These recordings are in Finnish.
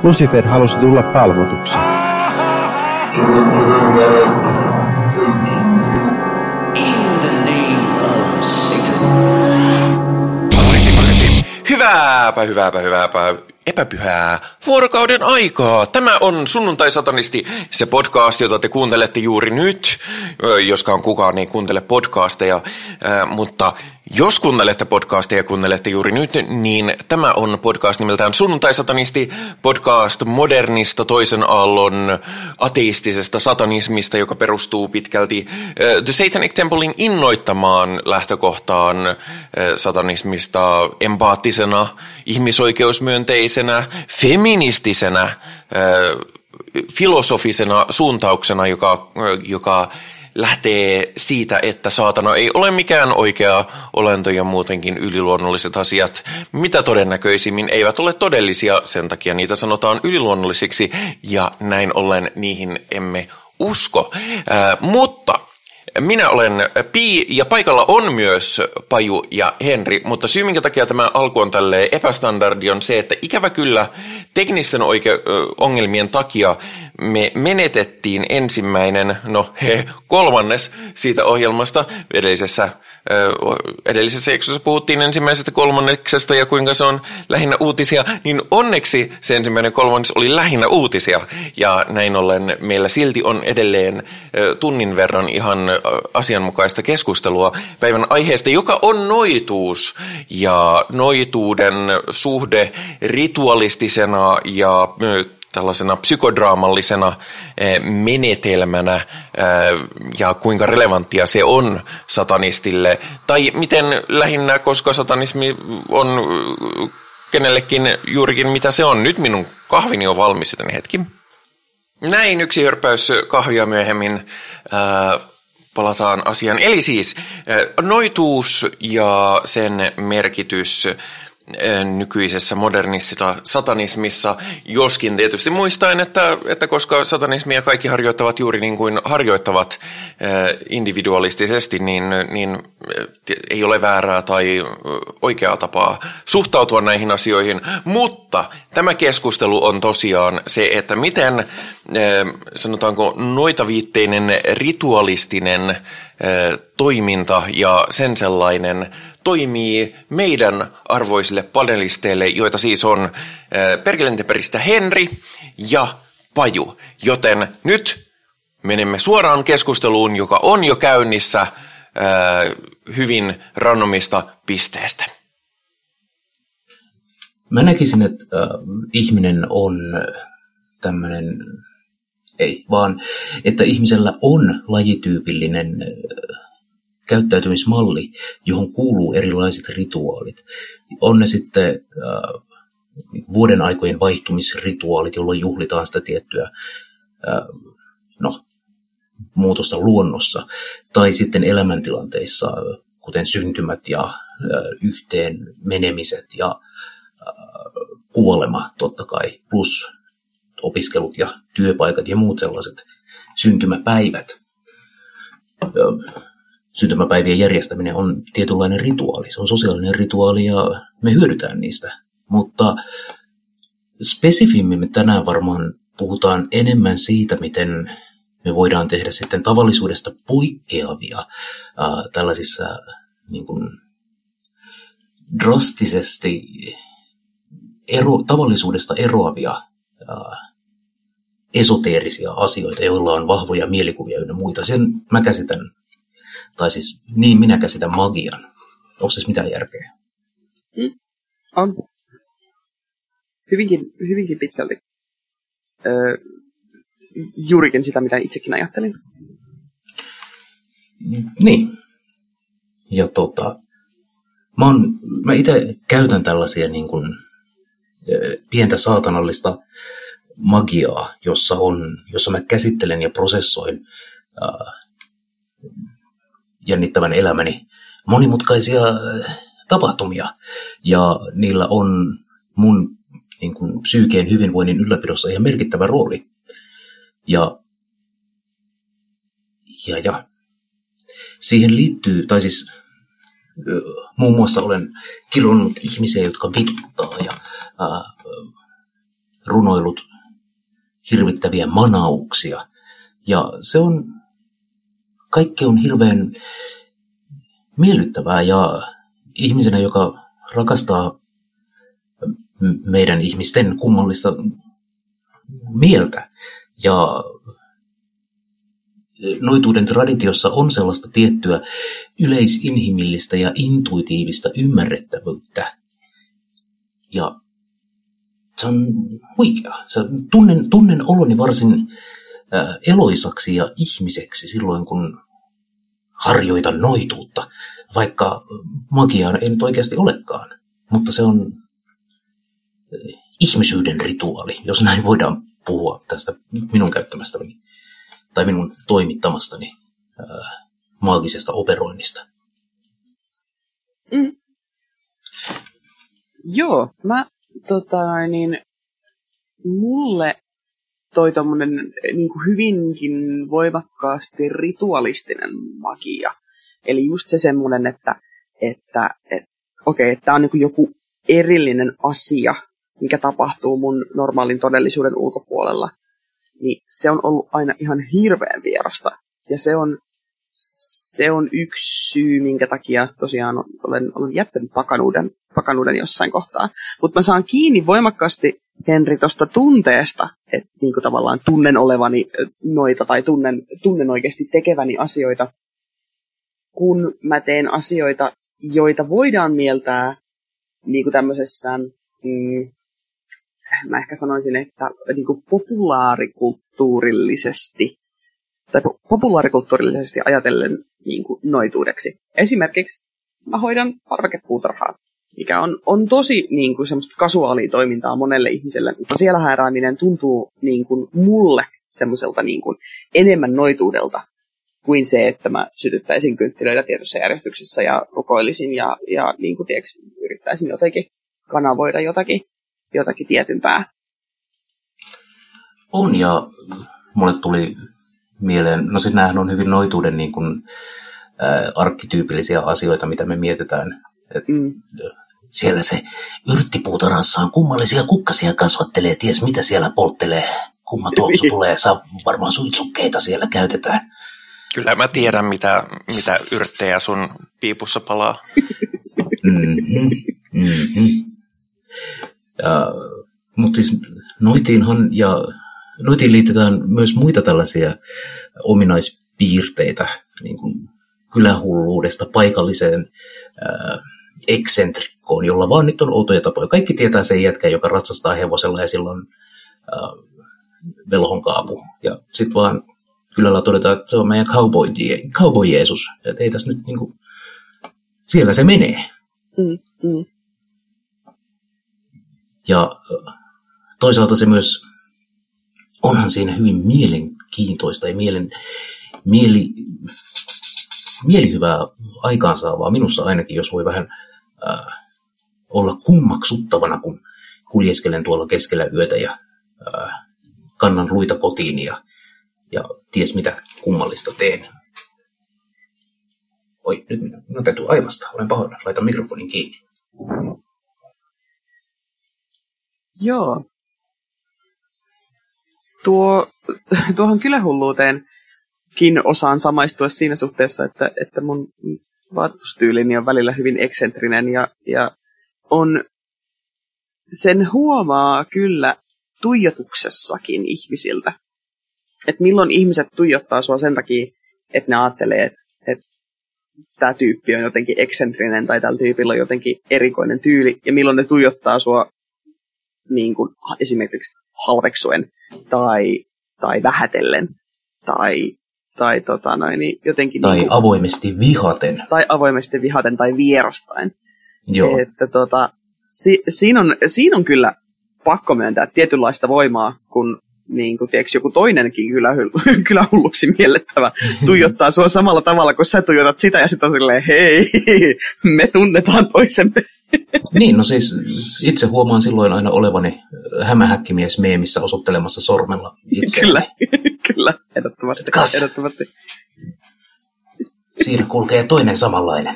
Lucifer halusi tulla palvotuksi. Hyvääpä, epäpyhää vuorokauden aikaa. Tämä on Sunnuntai-satanisti, se podcast, jota te kuuntelette juuri nyt. Joskaan kukaan ei kuuntele podcasteja, mutta jos kuuntelette podcasteja ja kuuntelette juuri nyt, niin tämä on podcast nimeltään Sunnuntai-satanisti, podcast modernista toisen aallon ateistisesta satanismista, joka perustuu pitkälti The Satanic Templein innoittamaan lähtökohtaan satanismista empaattisena, ihmisoikeusmyönteisenä, feministisenä, filosofisena suuntauksena, joka lähtee siitä, että saatana ei ole mikään oikea olento ja muutenkin yliluonnolliset asiat, mitä todennäköisimmin eivät ole todellisia, sen takia niitä sanotaan yliluonnollisiksi ja näin ollen niihin emme usko. Mutta minä olen Pi ja paikalla on myös Paju ja Henri, mutta syy minkä takia tämä alku on tälleen epästandardi on se, että ikävä kyllä teknisten ongelmien takia me menetettiin kolmannes siitä ohjelmasta. Edellisessä jaksossa puhuttiin ensimmäisestä kolmanneksesta ja kuinka se on lähinnä uutisia, niin onneksi se ensimmäinen kolmannes oli lähinnä uutisia. Ja näin ollen meillä silti on edelleen tunnin verran ihan asianmukaista keskustelua päivän aiheesta, joka on noituus ja noituuden suhde ritualistisena ja tällaisena psykodraamallisena menetelmänä ja kuinka relevanttia se on satanistille. Tai miten lähinnä, koska satanismi on kenellekin juurikin mitä se on. Nyt minun kahvini on valmis, joten hetki. Näin yksi hörpäys kahvia myöhemmin. Palataan asiaan. Eli siis noituus ja sen merkitys nykyisessä modernissa satanismissa, joskin tietysti muistaen, että koska satanismia kaikki harjoittavat juuri niin kuin harjoittavat individualistisesti, niin ei ole väärää tai oikeaa tapaa suhtautua näihin asioihin, mutta tämä keskustelu on tosiaan se, että miten sanotaanko noitaviitteinen ritualistinen toiminta ja sen sellainen toimii meidän arvoisille panelisteille, joita siis on Perkelenteperistä Henri ja Paju. Joten nyt menemme suoraan keskusteluun, joka on jo käynnissä hyvin randomista pisteestä. Mä näkisin, että ihminen on tämmöinen, ei, vaan että ihmisellä on lajityypillinen käyttäytymismalli, johon kuuluu erilaiset rituaalit. On ne sitten vuoden aikojen vaihtumisrituaalit, jolloin juhlitaan sitä tiettyä muutosta luonnossa, tai sitten elämäntilanteissa, kuten syntymät ja yhteen menemiset ja kuolema totta kai, plus opiskelut ja työpaikat ja muut sellaiset syntymäpäivät. Syntymäpäivien järjestäminen on tietynlainen rituaali, se on sosiaalinen rituaali ja me hyödytään niistä. Mutta spesifimmin me tänään varmaan puhutaan enemmän siitä, miten me voidaan tehdä sitten tavallisuudesta poikkeavia tällaisissa niin kuin drastisesti tavallisuudesta eroavia esoteerisia asioita, joilla on vahvoja mielikuvia ynnä muita. Sen mä käsitän, tai siis niin minä käsitän magian. Onko se mitään järkeä? On. Hyvinkin pitkälti. Juurikin sitä, mitä itsekin ajattelin. Niin. Ja mä itse käytän tällaisia niin kuin pientä saatanallista magiaa, jossa mä käsittelen ja prosessoin jännittävän elämäni monimutkaisia tapahtumia. Ja niillä on mun niin kuin psyykeen hyvinvoinnin ylläpidossa ihan merkittävä rooli. Ja siihen liittyy, tai siis muun muassa olen kilonnut ihmisiä, jotka vituttaa ja runoillut hirvittäviä manauksia. Ja kaikki on hirveän miellyttävää ja ihmisenä, joka rakastaa meidän ihmisten kummallista mieltä ja noituuden traditiossa on sellaista tiettyä yleisinhimillistä ja intuitiivista ymmärrettävyyttä. Ja se on huikea. Tunnen oloni varsin eloisaksi ja ihmiseksi silloin, kun harjoitan noituutta, vaikka magiaa ei nyt oikeasti olekaan. Mutta se on ihmisyyden rituaali, jos näin voidaan puhua tästä minun käyttämästäni tai minun toimittamastani maagisesta operoinnista. Mm. Joo, mulle toi tommonen niinku hyvinkin voimakkaasti ritualistinen magia. Eli just se semmoinen, että tää on niinku joku erillinen asia, mikä tapahtuu mun normaalin todellisuuden ulkopuolella. Niin se on ollut aina ihan hirveän vierasta. Ja se on yksi syy, minkä takia tosiaan olen jättänyt pakanuuden jossain kohtaa. Mutta mä saan kiinni voimakkaasti, Henri, tuosta tunteesta, että niinku tavallaan tunnen olevani noita tai tunnen oikeasti tekeväni asioita, kun mä teen asioita, joita voidaan mieltää niinku tämmöisessään, mä ehkä sanoisin, että niinku populaarikulttuurillisesti ajatellen niinku noituudeksi. Esimerkiksi mä hoidan parvekepuutarhaa, mikä on tosi niinku semmoista kasuaalia toimintaa monelle ihmiselle, mutta siellä häärääminen tuntuu niinku mulle semmoiselta niinku enemmän noituudelta kuin se, että mä sytyttäisin kynttilöitä tietyssä järjestyksessä ja rukoilisin ja niinku yrittäisin jotenkin kanavoida jotakin tietympää. On, ja mulle tuli mieleen, no siis näähän on hyvin noituuden niin kuin, arkkityypillisiä asioita, mitä me mietitään. Siellä se yrttipuutarhassaan kummallisia kukkasia kasvattelee, ties mitä siellä polttelee. Kumma tuoksu tulee, saa varmaan suitsukkeita siellä käytetään. Kyllä mä tiedän, mitä yrttejä sun piipussa palaa. Mutta siis noitiin liitetään myös muita tällaisia ominaispiirteitä, niin kuin kylähulluudesta paikalliseen eksentrikkoon, jolla vaan nyt on outoja tapoja. Kaikki tietää sen jätkän, joka ratsastaa hevosella ja silloin velhonkaapu. Ja sitten vaan kylällä todetaan, että se on meidän cowboy Jeesus. Että ei tässä nyt niinku, siellä se menee. Ja toisaalta se myös, onhan siinä hyvin mielenkiintoista ja mielihyvää aikaansaavaa. Minussa ainakin, jos voi vähän olla kummaksuttavana, kun kuljeskelen tuolla keskellä yötä ja kannan luita kotiin ja ties mitä kummallista teen. Oi, nyt minun täytyy aivastaa. Olen pahoillani. Laitan mikrofonin kiinni. Joo. Tuohon kylähulluuteenkin osaan samaistua siinä suhteessa, että mun vaatustyylini on välillä hyvin eksentrinen ja sen huomaa kyllä tuijotuksessakin ihmisiltä. Että milloin ihmiset tuijottaa sua sen takia, että ne ajattelee, että tämä tyyppi on jotenkin eksentrinen tai tällä tyypillä on jotenkin erikoinen tyyli, ja milloin ne tuijottaa sua niin kuin esimerkiksi halveksuen tai vähätellen tai jotenkin tai niin kuin, avoimesti vihaten. Tai avoimesti vihaten tai vierastaen. Joo. Että siinä on kyllä pakko myöntää tietynlaista voimaa, kun niin kuin, tiedätkö, joku toinenkin kylähulluksi miellettävä tuijottaa sua samalla tavalla, kun sä tuijotat sitä ja sitten on silleen, hei, me tunnetaan toisemme. Niin, no siis itse huomaan silloin aina olevani hämähäkkimies meemissä osoittelemassa sormella itseäni. Kyllä, ehdottomasti. Siinä kulkee toinen samanlainen.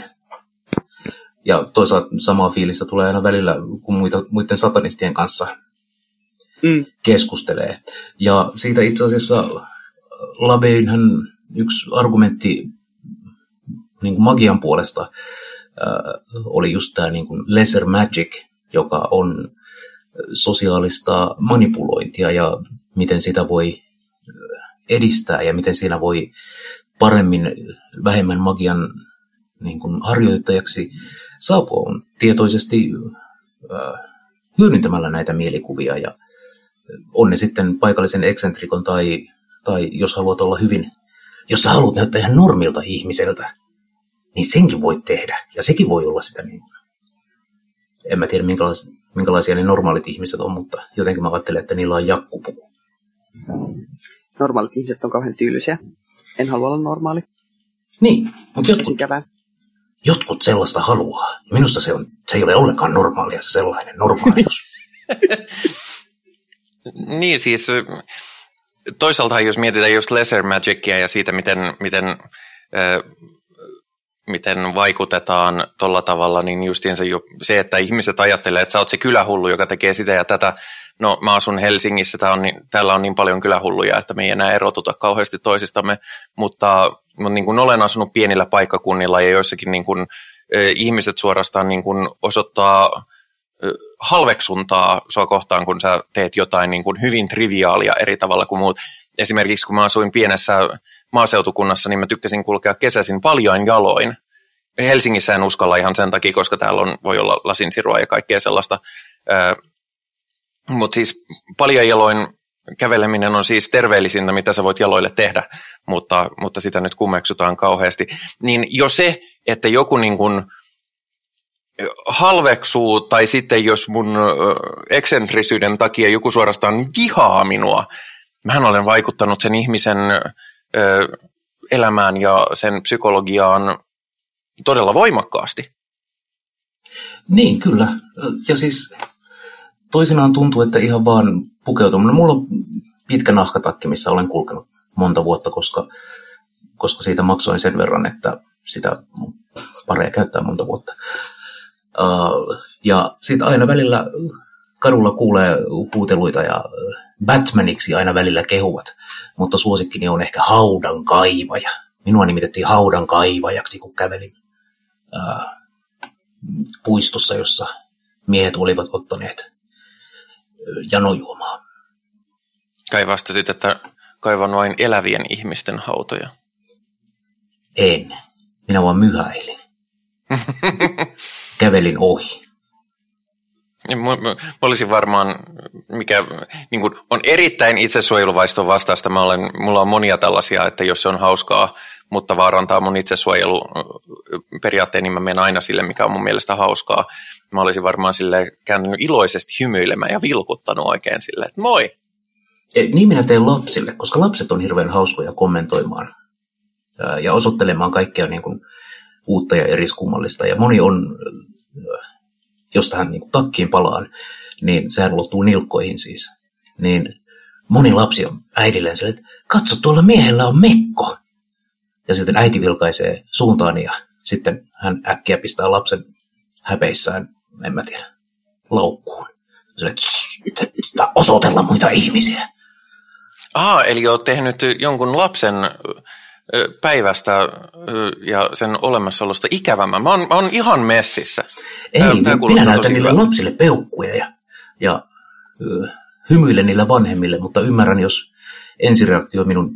Ja toisaalta samaa fiilistä tulee aina välillä kuin muiden satanistien kanssa keskustelee. Ja siitä itse asiassa Laveinhän yksi argumentti niin kuin magian puolesta oli just tämä niin kuin lesser magic, joka on sosiaalista manipulointia ja miten sitä voi edistää ja miten siinä voi paremmin vähemmän magian niin kuin harjoittajaksi saapua on tietoisesti hyödyntämällä näitä mielikuvia ja on ne sitten paikallisen eksentrikon tai jos haluat olla hyvin, jos sä haluat näyttää ihan normilta ihmiseltä, niin senkin voit tehdä ja sekin voi olla sitä niin kuin, en mä tiedä minkälaisia ne normaalit ihmiset on, mutta jotenkin mä ajattelen, että niillä on jakkupuku. Normaalit ihmiset on kauhean tyylisiä. En halua olla normaali. Niin, mutta jotkut sellaista haluaa. Minusta se ei ole ollenkaan normaalia se sellainen normaalius. Niin siis toisaalta jos mietitään just lesser magicia ja siitä, miten vaikutetaan tuolla tavalla, niin justiinsa se, että ihmiset ajattelee, että sä oot se kylähullu, joka tekee sitä ja tätä. No mä asun Helsingissä, täällä on niin paljon kylähulluja, että me ei enää erotuta kauheasti toisistamme, mutta niin kuin olen asunut pienillä paikkakunnilla ja joissakin niin kuin, ihmiset suorastaan niin kuin osoittaa halveksuntaa sua kohtaan, kun sä teet jotain niin kuin hyvin triviaalia eri tavalla kuin muut. Esimerkiksi kun mä asuin pienessä maaseutukunnassa, niin mä tykkäsin kulkea kesäisin paljain jaloin. Helsingissä en uskalla ihan sen takia, koska täällä voi olla lasinsirua ja kaikkea sellaista. Mutta siis paljain jaloin käveleminen on siis terveellisintä, mitä sä voit jaloille tehdä, mutta sitä nyt kummeksutaan kauheasti. Niin jo se, että joku niin kun halveksuu, tai sitten jos mun eksentrisyyden takia joku suorastaan vihaa minua, mähän olen vaikuttanut sen ihmisen elämään ja sen psykologiaan todella voimakkaasti. Niin, kyllä. Ja siis toisinaan tuntuu, että ihan vaan pukeutuminen. Mulla on pitkä nahkatakki, missä olen kulkenut monta vuotta, koska siitä maksoin sen verran, että sitä pareja käyttää monta vuotta. Ja sitten aina välillä kadulla kuulee huuteluita ja Batmaniksi aina välillä kehuvat, mutta suosikkini on ehkä haudan kaivaja. Minua nimitettiin haudan kaivajaksi, kun kävelin puistossa, jossa miehet olivat ottaneet janojuomaa. Kai vastasit, että kaivan vain elävien ihmisten hautoja. En. Minä vaan myhäilin. Kävelin ohi. Mä olisin varmaan, mikä niin kuin, on erittäin itsesuojeluvaiston vastaista. Mulla on monia tällaisia, että jos se on hauskaa, mutta vaarantaa mun itsesuojeluperiaatteen, niin mä menen aina sille, mikä on mun mielestä hauskaa. Mä olisin varmaan sille kääntynyt iloisesti hymyilemään ja vilkuttanut oikein silleen, että moi. Niin minä teen lapsille, koska lapset on hirveän hauskoja kommentoimaan ja osoittelemaan kaikkea niin kuin uutta ja eriskummallista. Ja moni on, jos tähän niin kuin takkiin palaan, niin sehän ulottuu nilkkoihin siis. Niin moni lapsi on äidilleen sille, että katso, tuolla miehellä on mekko. Ja sitten äiti vilkaisee suuntaan ja sitten hän äkkiä pistää lapsen häpeissään, en mä tiedä, laukkuun. Sille, että osoitella muita ihmisiä. Eli olet tehnyt jonkun lapsen päivästä ja sen olemassaolosta ikävämmän. Mä oon ihan messissä. Ei, minä näytän niille lapsille peukkuja ja hymyilen niille vanhemmille, mutta ymmärrän, jos ensireaktio minun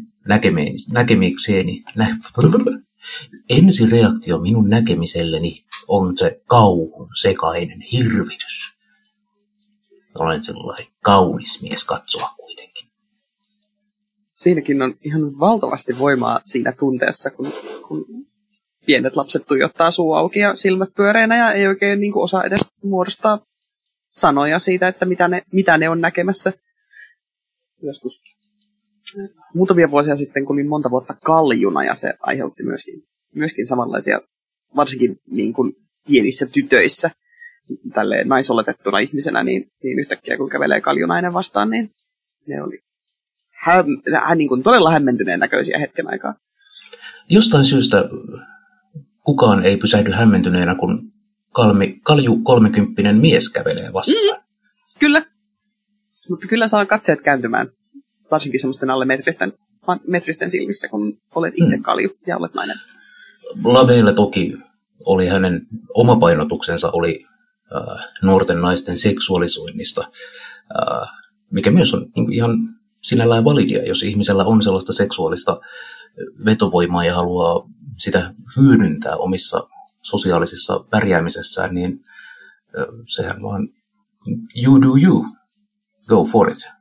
ensireaktio minun näkemiselleni on se kauhun sekainen hirvitys. Olen sellainen kaunis mies katsoa kuitenkin. Siinäkin on ihan valtavasti voimaa siinä tunteessa, kun pienet lapset tuijottaa suu auki ja silmät pyöreänä ja ei oikein niin kuin osaa edes muodostaa sanoja siitä, että mitä ne on näkemässä. Joskus muutamia vuosia sitten, kun olin monta vuotta kaljuna ja se aiheutti myöskin samanlaisia, varsinkin niin kuin pienissä tytöissä, tälleen naisoletettuna ihmisenä, niin yhtäkkiä kun kävelee kaljunainen vastaan, niin ne oli niin kuin todella hämmentyneen näköisiä hetken aikaa. Jostain syystä kukaan ei pysähdy hämmentyneenä, kun kalju 30 mies kävelee vastaan. Kyllä. Mutta kyllä saa katseet kääntymään, varsinkin semmoisten alle metristen silmissä, kun olet itse kalju ja olet nainen. LaVeylla toki oli hänen oma painotuksensa oli nuorten naisten seksuaalisoinnista, mikä myös on niin ihan sinällään validia, jos ihmisellä on sellaista seksuaalista vetovoimaa ja haluaa sitä hyödyntää omissa sosiaalisissa pärjäämisessään, niin sehän vaan you do you, go for it.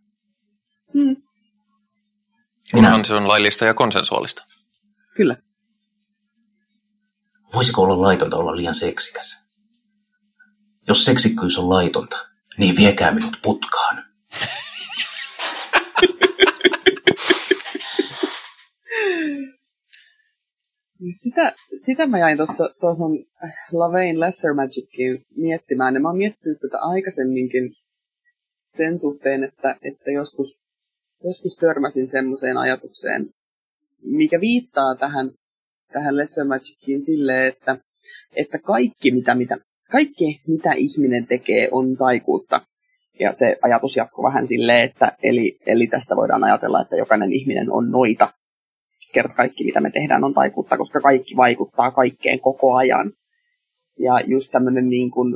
Kunhan se on laillista ja konsensuaalista. Kyllä. Voisiko olla laitonta olla liian seksikäs? Jos seksikkyys on laitonta, niin viekää minut putkaan. Sitä mä jäin tuohon LaVeyn Lesser Magiciin miettimään. Ja mä oon miettinyt tätä aikaisemminkin sen suhteen, että joskus törmäsin semmoiseen ajatukseen, mikä viittaa tähän Lesser Magiciin silleen, että kaikki mitä ihminen tekee on taikuutta. Ja se ajatus jatkuu vähän silleen, että eli tästä voidaan ajatella, että jokainen ihminen on noita. Kerta kaikki, mitä me tehdään, on taikuutta, koska kaikki vaikuttaa kaikkeen koko ajan. Ja just tämmöinen niin kuin,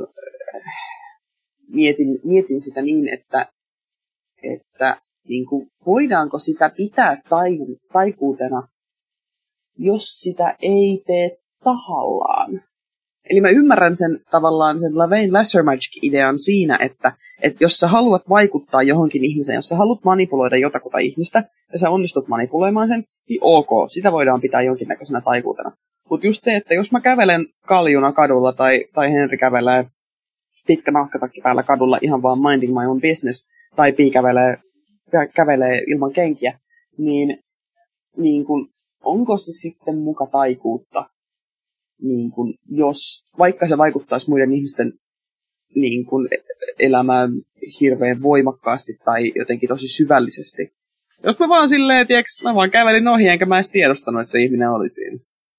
mietin sitä niin, että niin kuin, voidaanko sitä pitää taikuutena, jos sitä ei tee tahallaan. Eli mä ymmärrän tavallaan sen LaVeyn Lesser Magic-idean siinä, että jos sä haluat vaikuttaa johonkin ihmiseen, jos sä haluat manipuloida jotakuta ihmistä, ja sä onnistut manipuloimaan sen, niin ok, sitä voidaan pitää jonkinnäköisenä taikuutena. Mutta just se, että jos mä kävelen kaljuna kadulla, tai Henri kävelee pitkä nahkatakki päällä kadulla ihan vaan minding my own business, tai Pi kävelee ilman kenkiä, niin kun, onko se sitten muka taikuutta? Niin kun, jos vaikka se vaikuttaisi muiden ihmisten niin kun, elämään hirveän voimakkaasti tai jotenkin tosi syvällisesti. Jos mä vaan silleen, tiiäks, mä vaan kävelin ohi, enkä mä edes tiedostanut, että se ihminen oli siinä.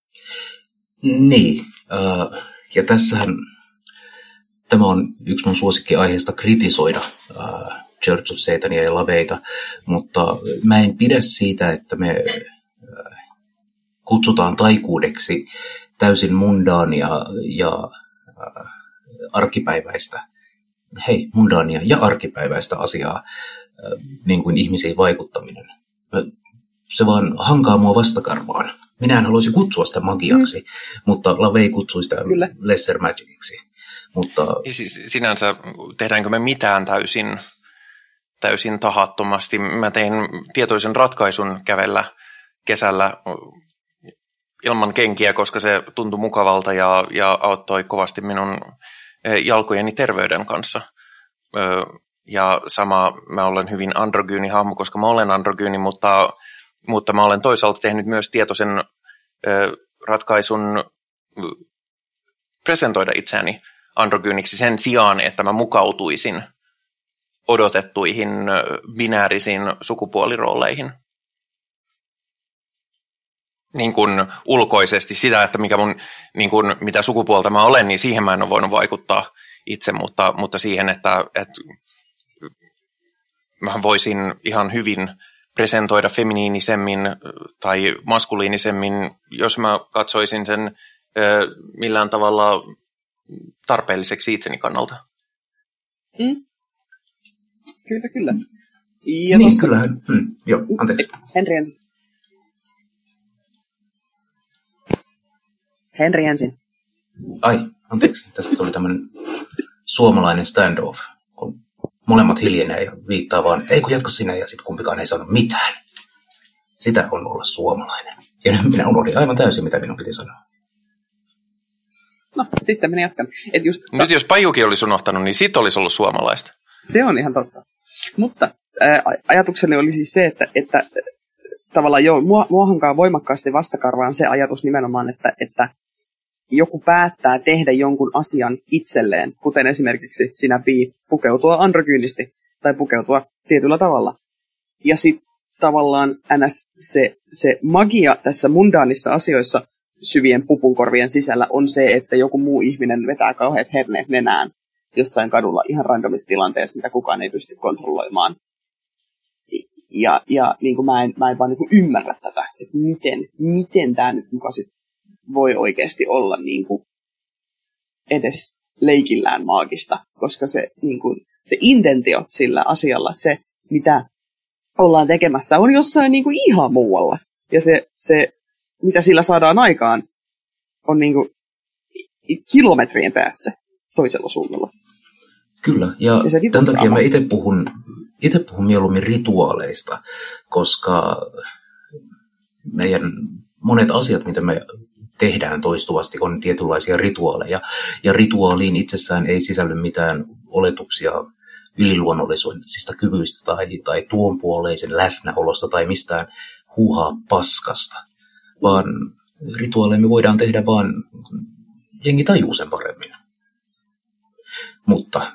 Niin, ja tässähän tämä on yksi mun suosikkiaiheesta kritisoida Church of Satania ja LaVeyta, mutta mä en pidä siitä, että me kutsutaan taikuudeksi täysin mundaania ja arkipäiväistä, mundaania ja arkipäiväistä asiaa, niin kuin ihmisiin vaikuttaminen. Se vaan hankaa mua vastakarvaan. Minä en haluaisi kutsua sitä magiaksi, mutta LaVey kutsui sitä Lesser Magiciksi. Mutta siis sinänsä tehdäänkö me mitään täysin tahattomasti? Mä tein tietoisen ratkaisun kävellä kesällä ilman kenkiä, koska se tuntui mukavalta ja auttoi kovasti minun jalkojeni terveyden kanssa. Ja sama, mä olen hyvin androgyyni hahmo, koska mä olen androgyyni, mutta mä olen toisaalta tehnyt myös tietoisen ratkaisun presentoida itseäni androgyyniksi sen sijaan, että mä mukautuisin odotettuihin binäärisiin sukupuolirooleihin. Niin kuin ulkoisesti sitä, että mitä sukupuolta mä olen, niin siihen mä en ole voinut vaikuttaa itse, mutta siihen, että mä voisin ihan hyvin presentoida feminiinisemmin tai maskuliinisemmin, jos mä katsoisin sen millään tavalla tarpeelliseksi itseni kannalta. Kyllä. Ja niin, kyllähän. Joo, anteeksi. Henri ensin. Ai, anteeksi. Tästä tuli tämmöinen suomalainen standoff, kun molemmat hiljenee ja viittaa vaan, että ei kun jatka sinä, ja sitten kumpikaan ei sano mitään. Sitä on olla suomalainen. Ja nyt minä unohdin aivan täysin, mitä minun piti sanoa. No, sitten minä jatkan. Nyt jos Pajukin olisi unohtanut, niin sit olisi ollut suomalaista. Se on ihan totta. Mutta ajatukseni oli siis se, että tavallaan joo, mua hankaa voimakkaasti vastakarvaan se ajatus nimenomaan, että joku päättää tehdä jonkun asian itselleen, kuten esimerkiksi sinä Pi, pukeutua androgyynisti tai pukeutua tietyllä tavalla. Ja sitten tavallaan se magia tässä mundaanissa asioissa syvien pupunkorvien sisällä on se, että joku muu ihminen vetää kauheat herneet nenään jossain kadulla ihan randomissa tilanteessa, mitä kukaan ei pysty kontrolloimaan. Ja niin kuin mä en vaan niin kuin ymmärrä tätä, että miten tämä nyt muka sit voi oikeasti olla niin kuin edes leikillään maagista, koska se, niin kuin, se intentio sillä asialla, se mitä ollaan tekemässä, on jossain niin kuin ihan muualla. Ja se mitä sillä saadaan aikaan, on niin kuin kilometrien päässä toisella suunnalla. Kyllä, ja tämän takia mä itse puhun mieluummin rituaaleista, koska meidän monet asiat, mitä me tehdään toistuvasti, on tietynlaisia rituaaleja, ja rituaaliin itsessään ei sisälly mitään oletuksia yliluonnollisista kyvyistä tai tuonpuoleisen läsnäolosta tai mistään huuhaa paskasta, vaan rituaaleja me voidaan tehdä vaan jengi tajuu sen paremmin. Mutta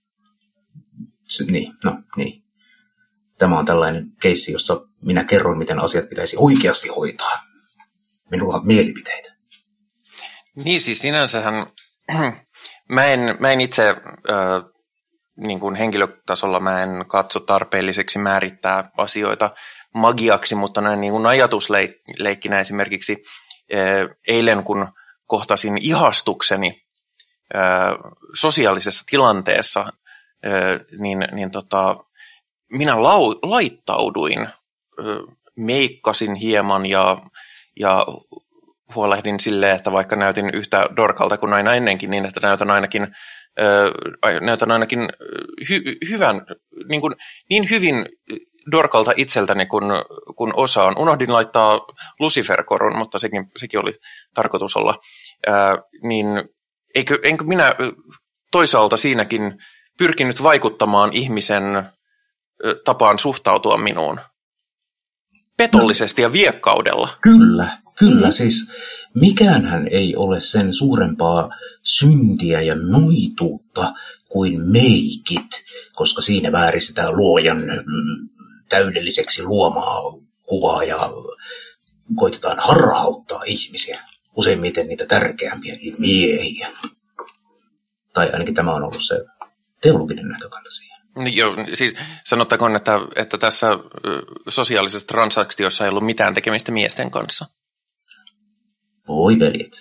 niin. Tämä on tällainen keissi, jossa minä kerron, miten asiat pitäisi oikeasti hoitaa. Minulla on mielipiteitä. Niin siis sinänsähän mä en itse niin kuin henkilötasolla mä en katso tarpeelliseksi määrittää asioita magiaksi, mutta näin niin kuin ajatusleikkinä esimerkiksi eilen kun kohtasin ihastukseni sosiaalisessa tilanteessa, niin minä laittauduin, meikkasin hieman ja huolehdin silleen, että vaikka näytin yhtä dorkalta kuin aina ennenkin, niin että näytän ainakin hyvän, niin hyvin dorkalta itseltäni kun osaan. Unohdin laittaa Lucifer-korun, mutta sekin oli tarkoitus olla. Niin enkö minä toisaalta siinäkin pyrkinyt vaikuttamaan ihmisen tapaan suhtautua minuun? Petollisesti ja viekkaudella. Kyllä. Siis mikäänhän ei ole sen suurempaa syntiä ja noituutta kuin meikit, koska siinä vääristetään luojan täydelliseksi luomaa kuvaa ja koitetaan harhauttaa ihmisiä, useimmiten niitä tärkeämpiä miehiä. Tai ainakin tämä on ollut se teologinen näkökanta siihen. Joo, siis sanottakoon, että tässä sosiaalisessa transaktiossa ei ollut mitään tekemistä miesten kanssa. Voi veljet.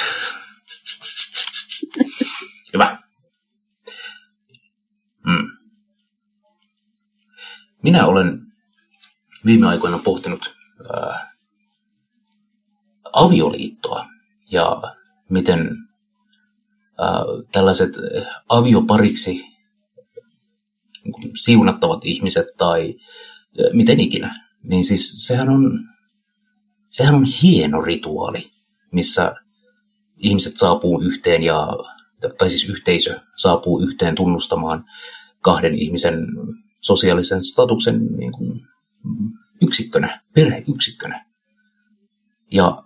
Hyvä. Minä olen viime aikoina pohtinut avioliittoa ja miten tällaiset aviopariksi siunattavat ihmiset tai miten ikinä, niin siis sehän on hieno rituaali, missä ihmiset saapuu yhteen tai siis yhteisö saapuu yhteen tunnustamaan kahden ihmisen sosiaalisen statuksen niin kuin yksikkönä, perheyksikkönä. Ja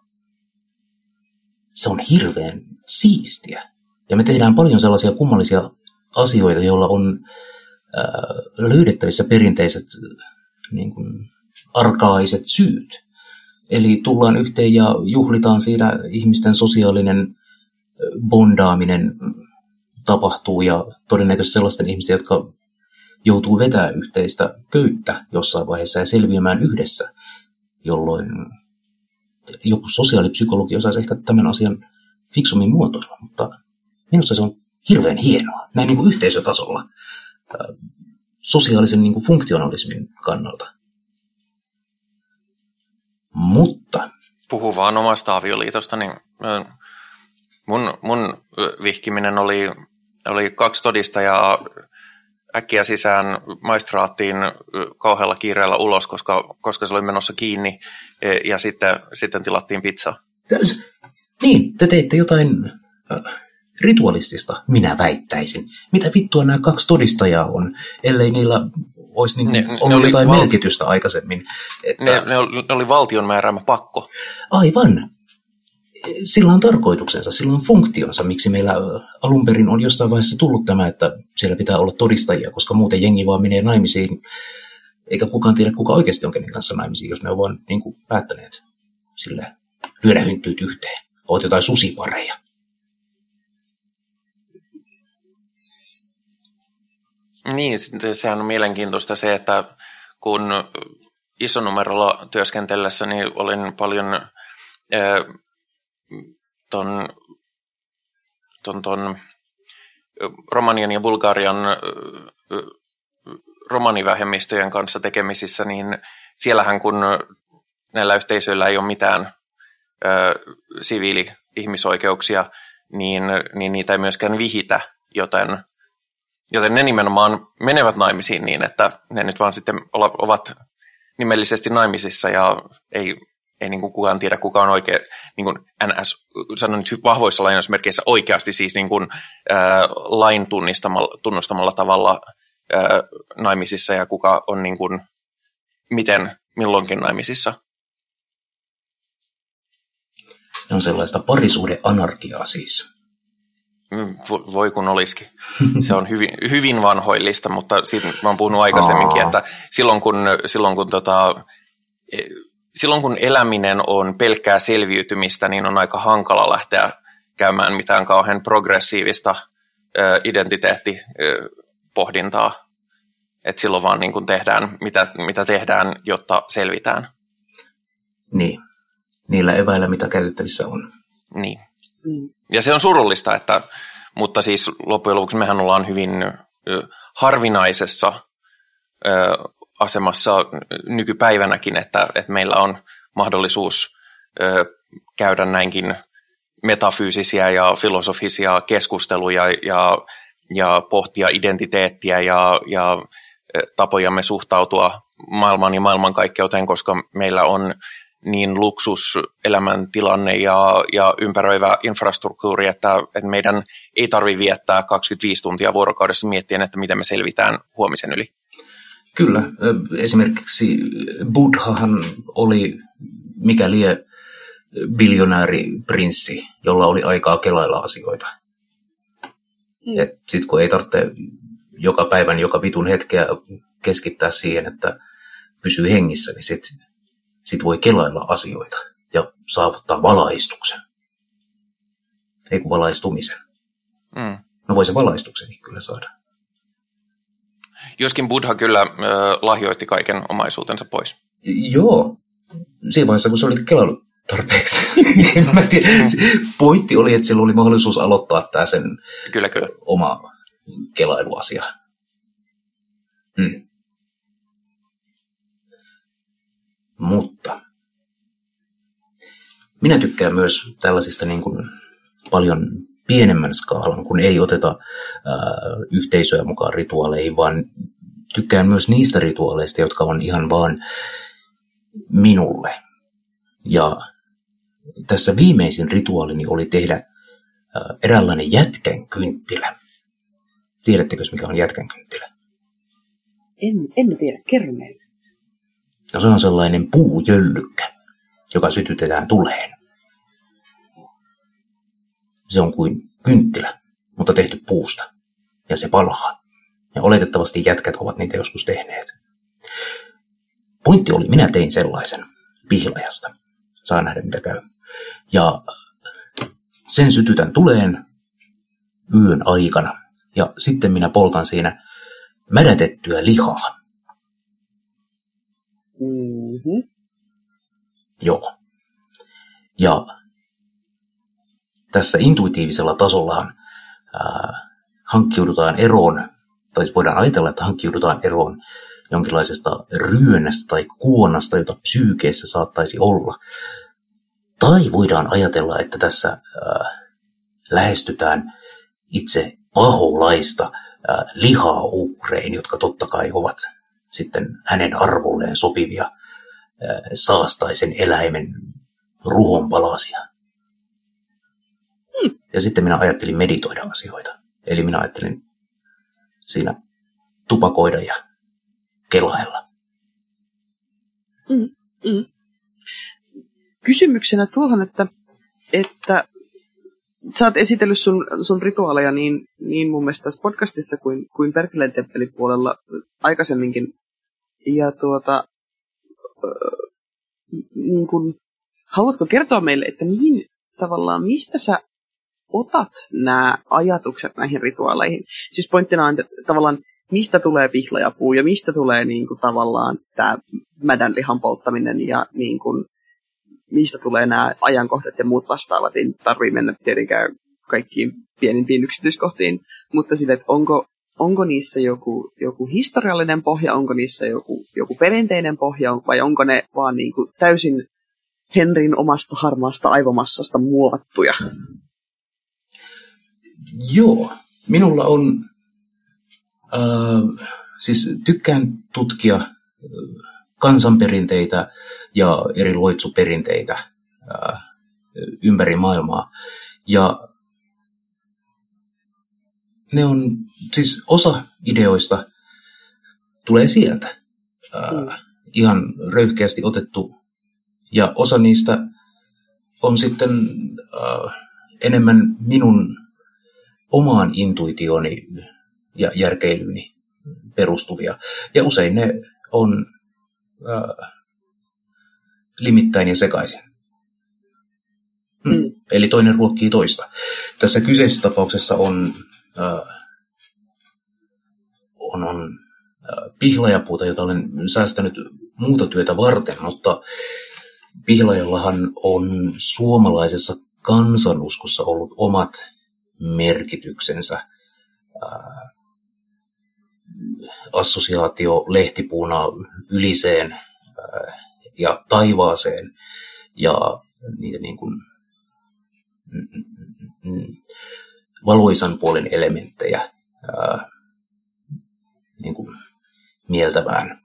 se on hirveän siistiä. Ja me tehdään paljon sellaisia kummallisia asioita, joilla on löydettävissä perinteiset niin kuin arkaiset syyt. Eli tullaan yhteen ja juhlitaan siinä, ihmisten sosiaalinen bondaaminen tapahtuu ja todennäköisesti sellaisten ihmisten, jotka joutuu vetää yhteistä köyttä jossain vaiheessa ja selviämään yhdessä, jolloin joku sosiaalipsykologi osaisi ehkä tämän asian fiksummin muotoilla, mutta minusta se on hirveän hienoa, näin niin kuin yhteisötasolla, sosiaalisen niin kuin funktionalismin kannalta. Mutta puhu vaan omasta avioliitosta, niin mun vihkiminen oli 2 todistajaa äkkiä sisään maistraattiin kauhealla kiireellä ulos, koska se oli menossa kiinni ja sitten tilattiin pizzaa. Niin, te teitte jotain ritualistista, minä väittäisin. Mitä vittua nämä 2 todistajaa on, ellei niillä olisi ollut jotain merkitystä aikaisemmin. Että ne oli valtion määräämä pakko. Aivan. Sillä on tarkoituksensa, sillä on funktionsa, miksi meillä alun perin on jostain vaiheessa tullut tämä, että siellä pitää olla todistajia, koska muuten jengi vaan menee naimisiin, eikä kukaan tiedä, kuka oikeasti on kenen kanssa naimisiin, jos ne on vaan niin kuin päättäneet silleen, lyödä hynttyyt yhteen. Oot jotain susipareja. Niin, sehän on mielenkiintoista se, että kun isonumerolla työskentellessäni olin paljon ton Romanian ja Bulgarian romanivähemmistöjen kanssa tekemisissä, niin siellähän kun näillä yhteisöillä ei ole mitään siviili-ihmisoikeuksia, niin niitä ei myöskään vihitä, joten ne nimenomaan menevät naimisiin niin, että ne nyt vaan sitten ovat nimellisesti naimisissa ja ei niin kuin kukaan tiedä, kuka on oikein, niin kuin NS, sanon nyt vahvoissa lainausmerkeissä oikeasti siis niin kuin, lain tunnustamalla tavalla naimisissa ja kuka on niin kuin, miten milloinkin naimisissa. On sellaista parisuhdeanarkiaa siis. Voi kun olisikin. Se on hyvin vanhoillista, mutta siitä mä oon puhunut aikaisemminkin, että silloin kun eläminen on pelkkää selviytymistä, niin on aika hankala lähteä käymään mitään kauhean progressiivista identiteettipohdintaa. Että silloin vaan niin kun tehdään, mitä tehdään, jotta selvitään. Niin. Niillä eväillä, mitä käytettävissä on. Niin. Ja se on surullista, mutta siis loppujen lopuksi mehän ollaan hyvin harvinaisessa asemassa nykypäivänäkin, että meillä on mahdollisuus käydä näinkin metafyysisiä ja filosofisia keskusteluja ja pohtia identiteettiä ja tapojamme suhtautua maailmaan ja maailmankaikkeuteen, koska meillä on niin luksus elämäntilanne ja ympäröivä infrastruktuuri, että meidän ei tarvitse viettää 25 tuntia vuorokaudessa miettien, että miten me selvitään huomisen yli. Kyllä. Esimerkiksi Buddhahan oli mikä lie biljonääriprinssi, jolla oli aikaa kelailla asioita. Sitten kun ei tarvitse joka päivän, joka vitun hetkeä keskittää siihen, että pysyy hengissä, niin sit voi kelailla asioita ja saavuttaa valaistuksen. Ei kun valaistumisen. No voi se valaistuksenkin kyllä saada. Joskin Buddha kyllä lahjoitti kaiken omaisuutensa pois. Joo. Siinä vaiheessa, kun se oli kelailut tarpeeksi. Mä tiedä. Pointti oli, että sillä oli mahdollisuus aloittaa tämä sen kyllä. oma kelailuasia. Mutta minä tykkään myös tällaisista niin kuin paljon pienemmän skaalan, kun ei oteta yhteisöjä mukaan rituaaleihin, vaan tykkään myös niistä rituaaleista, jotka on ihan vaan minulle. Ja tässä viimeisin rituaalini oli tehdä eräänlainen jätkänkynttilä. Tiedättekö, mikä on jätkänkynttilä? En tiedä, kerro meille. No se on sellainen puujöllykkä, joka sytytetään tuleen. Se on kuin kynttilä, mutta tehty puusta. Ja se palaa. Ja oletettavasti jätkät ovat niitä joskus tehneet. Pointti oli, minä tein sellaisen pihlajasta. Saa nähdä mitä käy. Ja sen sytytän tuleen yön aikana. Ja sitten minä poltan siinä mädätettyä lihaa. Joo. Ja tässä intuitiivisella tasollahan hankkiudutaan eroon, tai voidaan ajatella, että hankkiudutaan eroon jonkinlaisesta ryönästä tai kuonasta, jota psyykeessä saattaisi olla. Tai voidaan ajatella, että tässä lähestytään itse paholaista lihaa uhrein, jotka totta kai ovat sitten hänen arvolleen sopivia saastaisen eläimen ruhonpalasia. Ja sitten minä ajattelin meditoida asioita. Eli minä ajattelin siinä tupakoida ja kelailla. Kysymyksenä tuohon, että sä oot esitellyt sun rituaaleja niin mun mielestä tässä podcastissa kuin Perkeleen temppelin puolella aikaisemminkin. Ja niin kun, haluatko kertoa meille, että tavallaan mistä sä otat nämä ajatukset näihin rituaaleihin? Siis pointtina on, että tavallaan mistä tulee pihlajapuu ja mistä tulee niin kuin, tavallaan tämä mädänlihan polttaminen ja niin kuin, mistä tulee nämä ajankohdat ja muut vastaavat. Ei tarvitse mennä tietenkään kaikkiin pienimpiin yksityiskohtiin, mutta sille, että onko niissä joku historiallinen pohja, onko niissä joku perinteinen pohja, vai onko ne vaan niin kuin täysin Henrin omasta harmaasta aivomassasta muovattuja? Joo, minulla on, siis tykkään tutkia kansanperinteitä ja eri loitsuperinteitä ympäri maailmaa. Ja ne on, siis osa ideoista tulee sieltä ihan röyhkeästi otettu, ja osa niistä on sitten enemmän minun omaan intuitioni ja järkeilyyni perustuvia. Ja usein ne on limittäin ja sekaisin. Eli toinen ruokkii toista. Tässä kyseisessä tapauksessa on pihlajapuuta, jota olen säästänyt muuta työtä varten, mutta pihlajallahan on suomalaisessa kansanuskossa ollut omat merkityksensä. Assosiaatio lehtipuuna yliseen ja taivaaseen ja niitä niin kuin valoisan puolen elementtejä niin kuin mieltävään.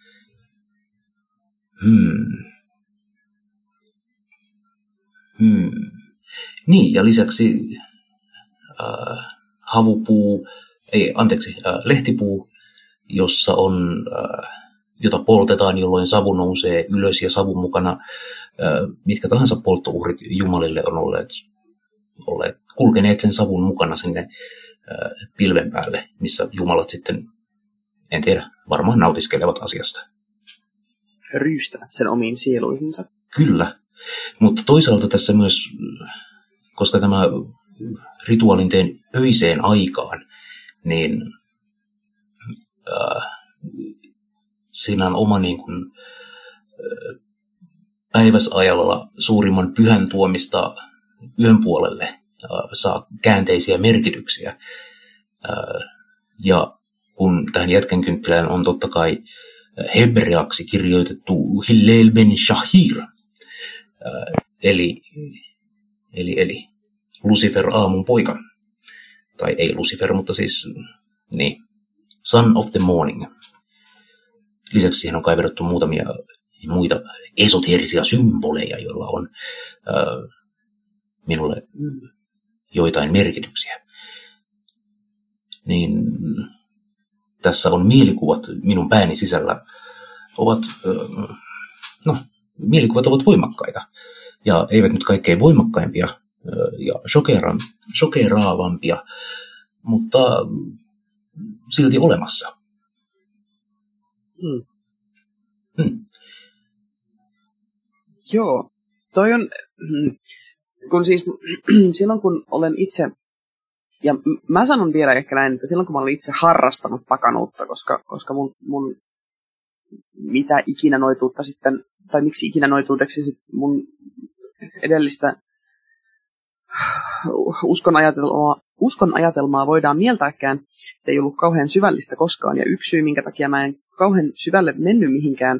Niin, ja lisäksi lehtipuu, jossa on, jota poltetaan, jolloin savu nousee ylös ja savun mukana mitkä tahansa polttouhrit Jumalille on olleet kulkeneet sen savun mukana sinne pilven päälle, missä Jumalat sitten, en tiedä, varmaan nautiskelevat asiasta. Ryystävät sen omiin sieluihinsa. Kyllä, mutta toisaalta tässä myös, koska tämä rituaalin teen öiseen aikaan, niin siinä on oma niin kuin, päiväsajalla suurimman pyhän tuomista yön puolelle saa käänteisiä merkityksiä. Ja kun tähän jätkänkynttilään on totta kai hebreaksi kirjoitettu Hillel ben Shahir, eli Lucifer aamun poika. Tai ei Lucifer, mutta siis niin, Son of the Morning. Lisäksi siihen on kaiverrettu muutamia muita esoteerisia symboleja, joilla on minulle joitain merkityksiä. Niin tässä on mielikuvat minun pääni sisällä mielikuvat ovat voimakkaita. Ja eivät nyt kaikkein voimakkaimpia ja shokeraavampia, mutta silti olemassa. Joo, toi on, kun siis silloin kun olen itse, ja mä sanon vielä ehkä näin, että silloin kun mä olen itse harrastanut pakanuutta, koska mun mitä ikinä noituutta sitten, tai miksi ikinä noituudeksi sitten mun edellistä uskon ajatelmaa voidaan mieltääkään, se ei ollut kauhean syvällistä koskaan, ja yksi syy, minkä takia mä en kauhean syvälle mennyt mihinkään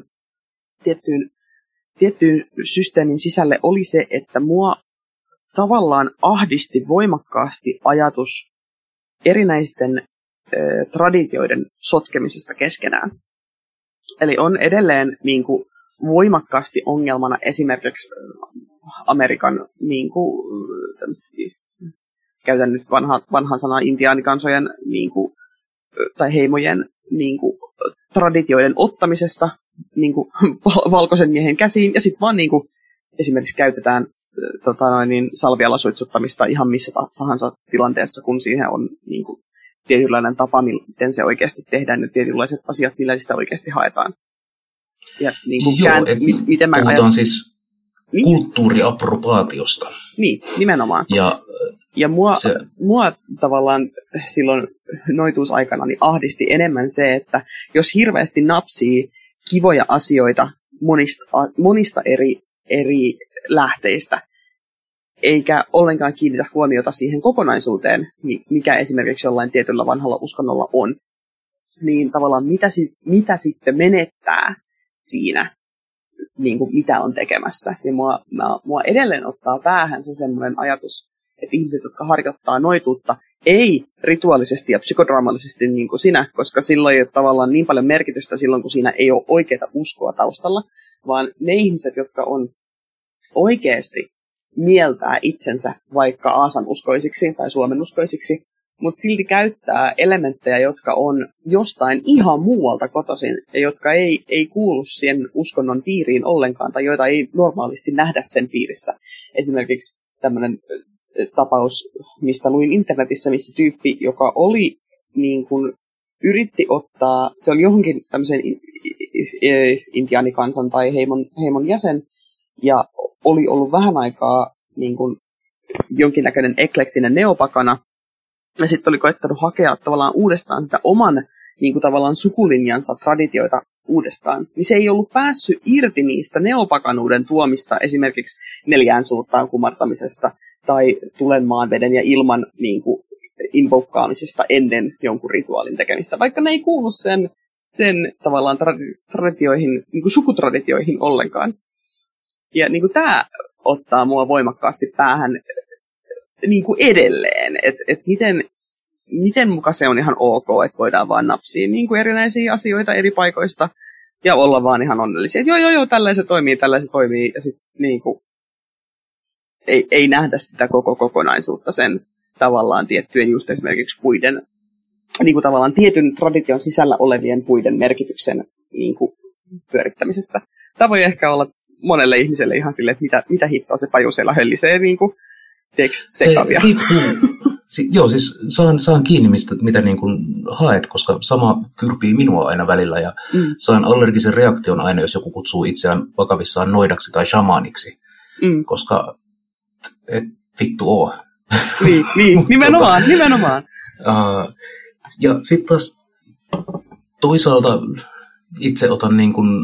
tiettyyn systeemin sisälle, oli se, että mua tavallaan ahdisti voimakkaasti ajatus erinäisten traditioiden sotkemisesta keskenään. Eli on edelleen niin kuin, voimakkaasti ongelmana esimerkiksi Amerikan, niin kuin, käytän nyt vanhan sanaa intiaanikansojen niin kuin, tai heimojen niin kuin, traditioiden ottamisessa niin kuin, valkoisen miehen käsiin, ja sitten vaan niin kuin, esimerkiksi käytetään salvialla suitsuttamista ihan missä tahansa tilanteessa, kun siihen on niin kuin, tietynlainen tapa, miten se oikeasti tehdään, ja tietynlaiset asiat, millä sitä oikeasti haetaan. Ja niin kuin miten mä puhutaan siis kulttuuriappropaatiosta. Niin, nimenomaan. Ja Ja mua tavallaan silloin noituusaikana niin ahdisti enemmän se, että jos hirveästi napsii kivoja asioita monista eri lähteistä, eikä ollenkaan kiinnitä huomiota siihen kokonaisuuteen, mikä esimerkiksi jollain tietyllä vanhalla uskonnolla on, niin tavallaan mitä sitten menettää siinä, niin kuin mitä on tekemässä. Ja mua edelleen ottaa päähän se semmoinen ajatus, että ihmiset, jotka harjoittaa noituutta, ei rituaalisesti ja psykodraamallisesti niin kuin sinä, koska silloin ei ole tavallaan niin paljon merkitystä silloin, kun siinä ei ole oikeaa uskoa taustalla, vaan ne ihmiset, jotka on oikeasti mieltää itsensä vaikka Aasan uskoisiksi tai Suomen uskoisiksi, mutta silti käyttää elementtejä, jotka on jostain ihan muualta kotoisin ja jotka ei kuulu siihen uskonnon piiriin ollenkaan tai joita ei normaalisti nähdä sen piirissä. Esimerkiksi tämmöinen tapaus, mistä luin internetissä, missä tyyppi, joka oli niin kuin yritti ottaa, se oli johonkin tämmöisen intiaanikansan tai heimon jäsen ja oli ollut vähän aikaa niin kuin jonkinnäköinen eklektinen neopakana, ja sitten oli koittanut hakea tavallaan uudestaan sitä oman niin kuin tavallaan sukulinjansa traditioita uudestaan, niin se ei ollut päässyt irti niistä neopakanuuden tuomista esimerkiksi 4 suurtaan kumartamisesta tai tulen, maan, veden ja ilman niin kuin invokkaamisesta ennen jonkun rituaalin tekemistä, vaikka ne ei kuulu sen tavallaan traditioihin, niin kuin sukutraditioihin ollenkaan. Ja niin kuin tämä ottaa mua voimakkaasti päähän niin kuin edelleen, että miten muka se on ihan ok, että voidaan vaan napsia niin kuin erinäisiä asioita eri paikoista ja olla vaan ihan onnellisia. Että joo, tällaiset toimii, ja sitten niin kuin ei nähdä sitä koko kokonaisuutta sen tavallaan tiettyjen just esimerkiksi puiden, niin kuin tavallaan tietyn tradition sisällä olevien puiden merkityksen niin kuin pyörittämisessä. Tämä voi ehkä olla monelle ihmiselle ihan silleen, että mitä hittoa se paju siellä höllisee, niin kuin, tiedätkö, sekavia. Se riippuu. Joo, siis saan kiinni, mitä niin kuin haet, koska sama kyrpii minua aina välillä ja saan allergisen reaktion aina, jos joku kutsuu itseään vakavissaan noidaksi tai shamaniksi, koska et vittu oo. Niin nimenomaan. Ja sitten taas toisaalta itse otan niin kuin,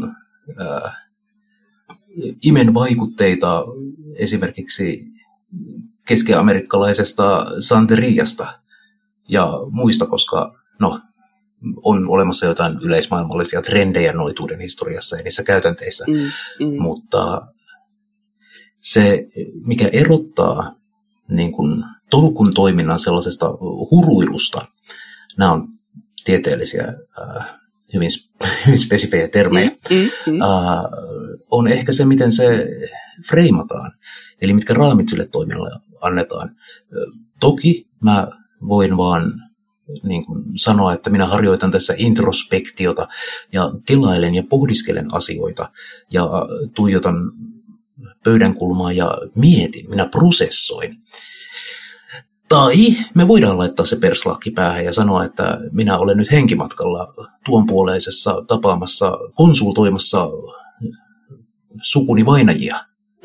imen vaikutteita esimerkiksi keski-amerikkalaisesta santeriasta ja muista, koska on olemassa jotain yleismaailmallisia trendejä noituuden historiassa ja niissä käytänteissä, mutta se, mikä erottaa niin kuin tolkun toiminnan sellaisesta huruilusta, nämä on tieteellisiä, hyvin spesifejä termejä, on ehkä se, miten se freimataan, eli mitkä raamit sille toiminnalle annetaan. Toki mä voin vaan niin kuin sanoa, että minä harjoitan tässä introspektiota ja kelailen ja pohdiskelen asioita ja tuijotan pöydänkulmaa ja mietin, minä prosessoin. Tai me voidaan laittaa se perslakki päähän ja sanoa, että minä olen nyt henkimatkalla tuonpuoleisessa tapaamassa, konsultoimassa sukuni vainajia.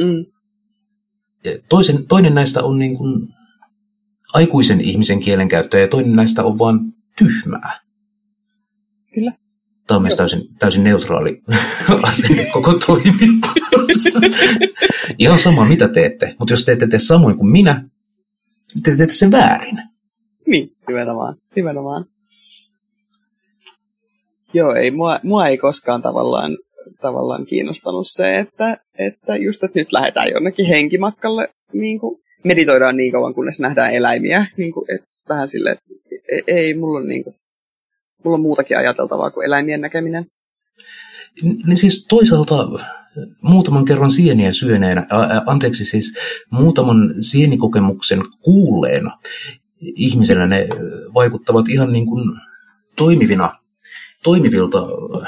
Toinen näistä on niin kuin aikuisen ihmisen kielenkäyttöä ja toinen näistä on vaan tyhmää. Kyllä. Tämä on myös täysin neutraali asenne koko toiminnassa. Ihan sama, mitä teette, mutta jos te ette tee samoin kuin minä, te teette sen väärin. Niin, nimenomaan. Joo, ei, mua ei koskaan tavallaan kiinnostanut se, että just että nyt lähdetään jonnekin henkimatkalle, niin kuin meditoidaan niin kauan, kunnes nähdään eläimiä. Niin kuin, että vähän silleen, että ei, mulla on muutakin ajateltavaa kuin eläimien näkeminen. Niin siis toisaalta muutaman kerran sieniä syöneenä, muutaman sienikokemuksen kuulleena ihmisellä ne vaikuttavat ihan niin kuin toimivilta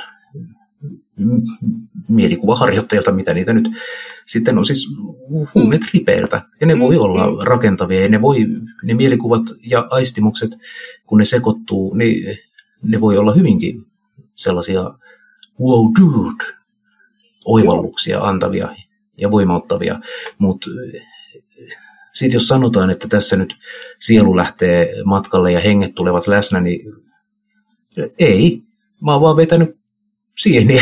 mielikuvaharjoittajilta, mitä niitä nyt sitten on siis huumetripeiltä. Ja ne voi olla rakentavia ja ne mielikuvat ja aistimukset, kun ne sekoittuu, niin ne voi olla hyvinkin sellaisia wow dude oivalluksia antavia ja voimauttavia, mutta Sitten jos sanotaan, että tässä nyt sielu lähtee matkalle ja henget tulevat läsnä, niin ei. Mä oon vaan vetänyt sieniä.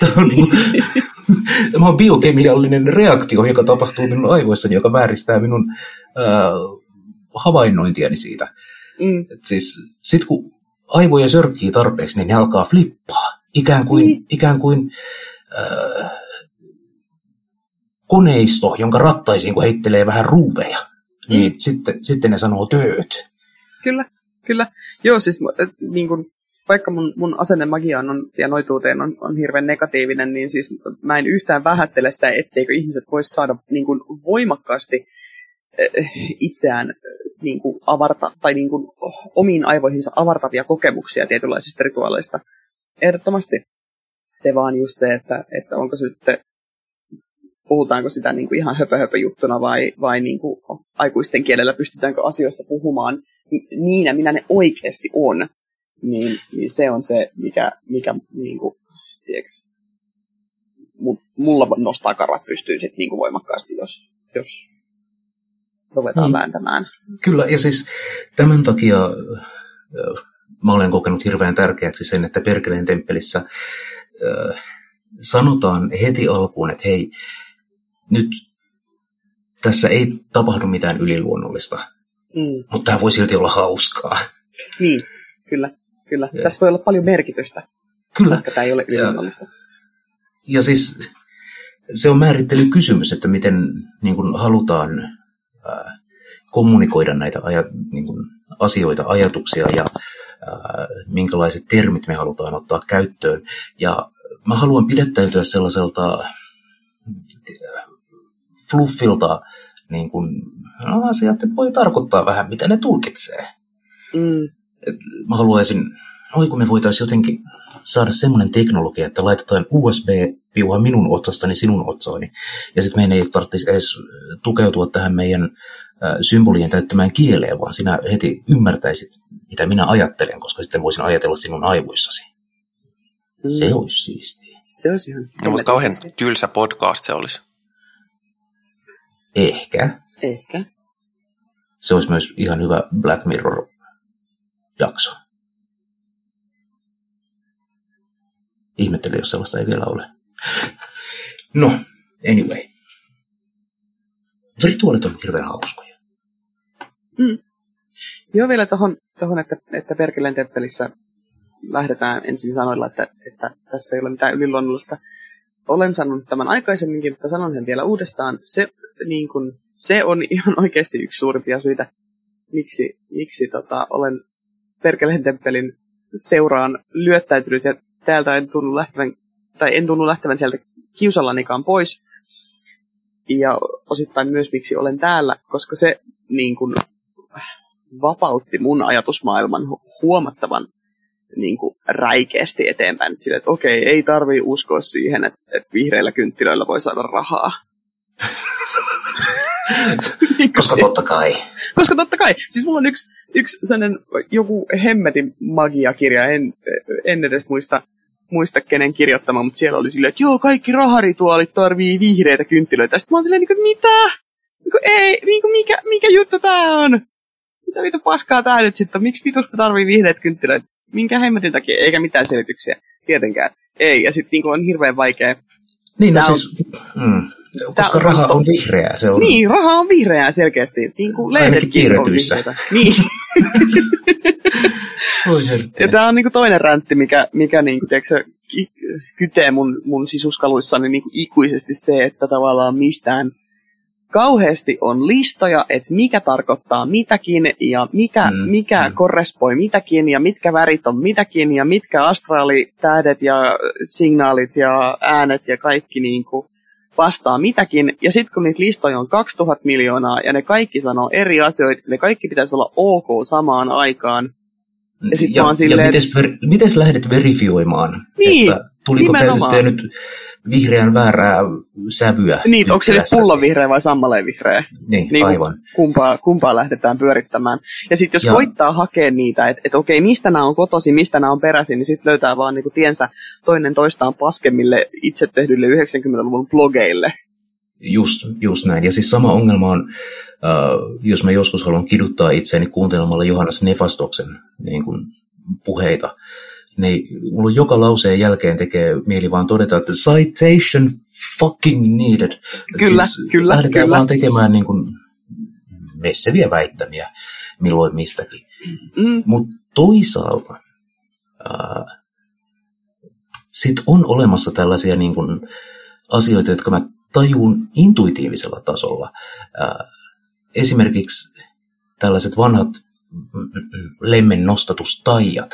Tämä on biokemiallinen reaktio, joka tapahtuu minun aivoissani, joka vääristää minun havainnointiani siitä. Siis sitten kun aivoja sörkkii tarpeeksi, niin ne alkaa flippaa. Ikään kuin koneisto, jonka rattaisiin kun heittelee vähän ruuveja, niin sitten ne sanoo tööt. Kyllä. Joo, siis niin kun, vaikka mun asenne magiaan ja noituuteen on hirveän negatiivinen, niin siis mä en yhtään vähättele sitä, etteikö ihmiset voisi saada niin kun voimakkaasti itseään niin kun tai niin kun omiin aivoihinsa avartavia kokemuksia tietynlaisista rituaaleista. Ehdottomasti. Se vaan just se, että onko se sitten, puhutaanko sitä niin kuin ihan höpö-höpö-juttuna vai niin kuin aikuisten kielellä pystytäänkö asioista puhumaan niin ja minä ne oikeasti on, niin se on se, mikä niin kuin, tiiäks, mulla nostaa karvat pystyyn sit niin kuin voimakkaasti, jos ruvetaan vääntämään. Kyllä, ja siis tämän takia mä olen kokenut hirveän tärkeäksi sen, että Perkeleen temppelissä sanotaan heti alkuun, että hei, nyt tässä ei tapahdu mitään yliluonnollista, mutta tämä voi silti olla hauskaa. Niin, kyllä. Tässä voi olla paljon merkitystä, vaikka tämä ei ole yliluonnollista. Ja siis se on määrittelykysymys, että miten niin kuin halutaan kommunikoida näitä niin kuin asioita, ajatuksia ja minkälaiset termit me halutaan ottaa käyttöön. Ja mä haluan pidättäytyä sellaiselta fluffilta, niin kuin, asiat voi tarkoittaa vähän, mitä ne tulkitsee. Mä haluaisin, kun me voitaisiin jotenkin saada semmoinen teknologia, että laitetaan USB-piuha minun otsastani sinun otsaani, ja sitten meidän ei tarvitsisi edes tukeutua tähän meidän symbolien täyttämään kieleen, vaan sinä heti ymmärtäisit, mitä minä ajattelen, koska sitten voisin ajatella sinun aivoissasi. Se olisi siistiä. Se olisi ihan... No, mutta kauhean tylsä podcast se olisi. Ehkä. Se olisi myös ihan hyvä Black Mirror-jakso. Ihmettelen, jos sellaista ei vielä ole. No, anyway. Rituaalit on hirveän hauskoja. Joo, vielä tuohon että Perkeleen temppelissä lähdetään ensin sanoilla, että tässä ei ole mitään yliluonnollista. Olen sanonut tämän aikaisemminkin, mutta sanon sen vielä uudestaan. Se on ihan oikeasti yksi suurimpia syitä, miksi olen Perkeleen temppelin seuraan lyöttäytynyt ja täältä en tunnu lähtevän sieltä kiusallanikaan pois. Ja osittain myös miksi olen täällä, koska se niin kuin vapautti mun ajatusmaailman huomattavan niin kuin räikeästi eteenpäin. Sille, että okei, ei tarvii uskoa siihen, että vihreillä kynttilöillä voi saada rahaa. Koska totta kai. Koska totta kai. Siis mulla on yksi sellainen joku hemmetin magiakirja, en edes muista kenen kirjoittama, mutta siellä oli silleen, että joo, kaikki raharituaalit tarvii vihreitä kynttilöitä. Sitten mä oon silleen, mitä? Ei, mikä juttu tää on? Mitä vitu paskaa tää nyt sitten? Miksi vitus tarvii vihreitä kynttilöitä? Minkä hemmetin takia? Eikä mitään selityksiä. Tietenkään. Ei, ja sitten on hirveän vaikea. Niin, koska raha on vihreää. Se on... Niin, raha on vihreää selkeästi. Ainakin piirretyissä. Niin. Ja tää on toinen räntti, mikä tiedätkö, kytee mun sisuskaluissani ikuisesti se, että tavallaan mistään kauheasti on listoja, että mikä tarkoittaa mitäkin ja mikä korrespoi mitäkin ja mitkä värit on mitäkin ja mitkä astraalitähdet ja signaalit ja äänet ja kaikki vastaa mitäkin. Ja sitten kun niitä listoja on 2000 miljoonaa ja ne kaikki sanoo eri asioita, ne kaikki pitäisi olla ok samaan aikaan. Miten lähdet verifioimaan, niin, että tuliko käytettyä nyt vihreän väärää sävyä? Niin, onko se nyt pullonvihreä vai sammaleenvihreä? Niin, aivan. Kumpaa lähdetään pyörittämään. Ja sitten jos koittaa hakea niitä, että okei, mistä nämä on kotoisin, mistä nämä on peräisin, niin sitten löytää vaan tiensä toinen toistaan paskemmille itse tehdyille 90-luvun blogeille. Just näin. Ja siis sama ongelma on, jos mä joskus haluan kiduttaa itseäni kuuntelemalla Johannes Nefastoksen niin kuin puheita, niin mulla joka lauseen jälkeen tekee mieli vaan todeta, että citation fucking needed. Kyllä, siis kyllä. Lähdetään vaan tekemään niin kuin messeviä väittämiä milloin mistäkin. Mutta toisaalta sit on olemassa tällaisia niin kuin asioita, jotka mä tajun intuitiivisella tasolla. Esimerkiksi tällaiset vanhat lemmen nostatustaijat.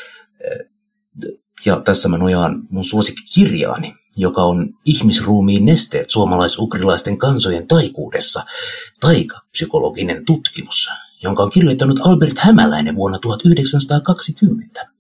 Ja tässä mä nojaan mun suosikkikirjaani, joka on Ihmisruumiin nesteet suomalais-ugrilaisten kansojen taikuudessa, taikapsykologinen tutkimus, jonka on kirjoittanut Albert Hämäläinen vuonna 1920,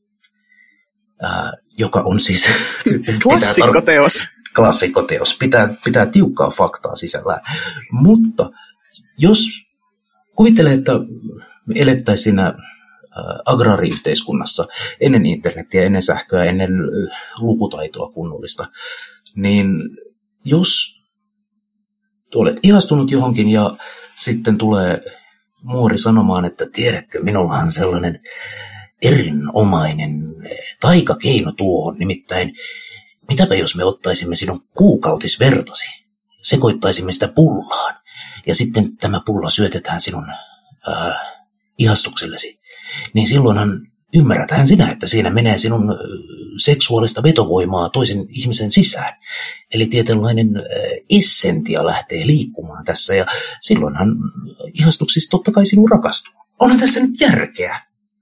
joka on siis klassikkoteos. Klassikkoteos. Pitää tiukkaa faktaa sisällään. Mutta jos kuvittelee, että elettäisiin siinä agraariyhteiskunnassa ennen internetiä, ennen sähköä, ennen lukutaitoa kunnollista, niin jos olet ihastunut johonkin ja sitten tulee muori sanomaan, että tiedätkö, minulla on sellainen erinomainen taikakeino tuohon, nimittäin mitäpä jos me ottaisimme sinun kuukautisvertasi, sekoittaisimme sitä pullaan ja sitten tämä pulla syötetään sinun ihastuksellesi, niin silloinhan ymmärräthän sinä, että siinä menee sinun seksuaalista vetovoimaa toisen ihmisen sisään. Eli tietynlainen essentia lähtee liikkumaan tässä ja silloinhan ihastuksista totta kai sinun rakastuu. Onhan tässä nyt järkeä.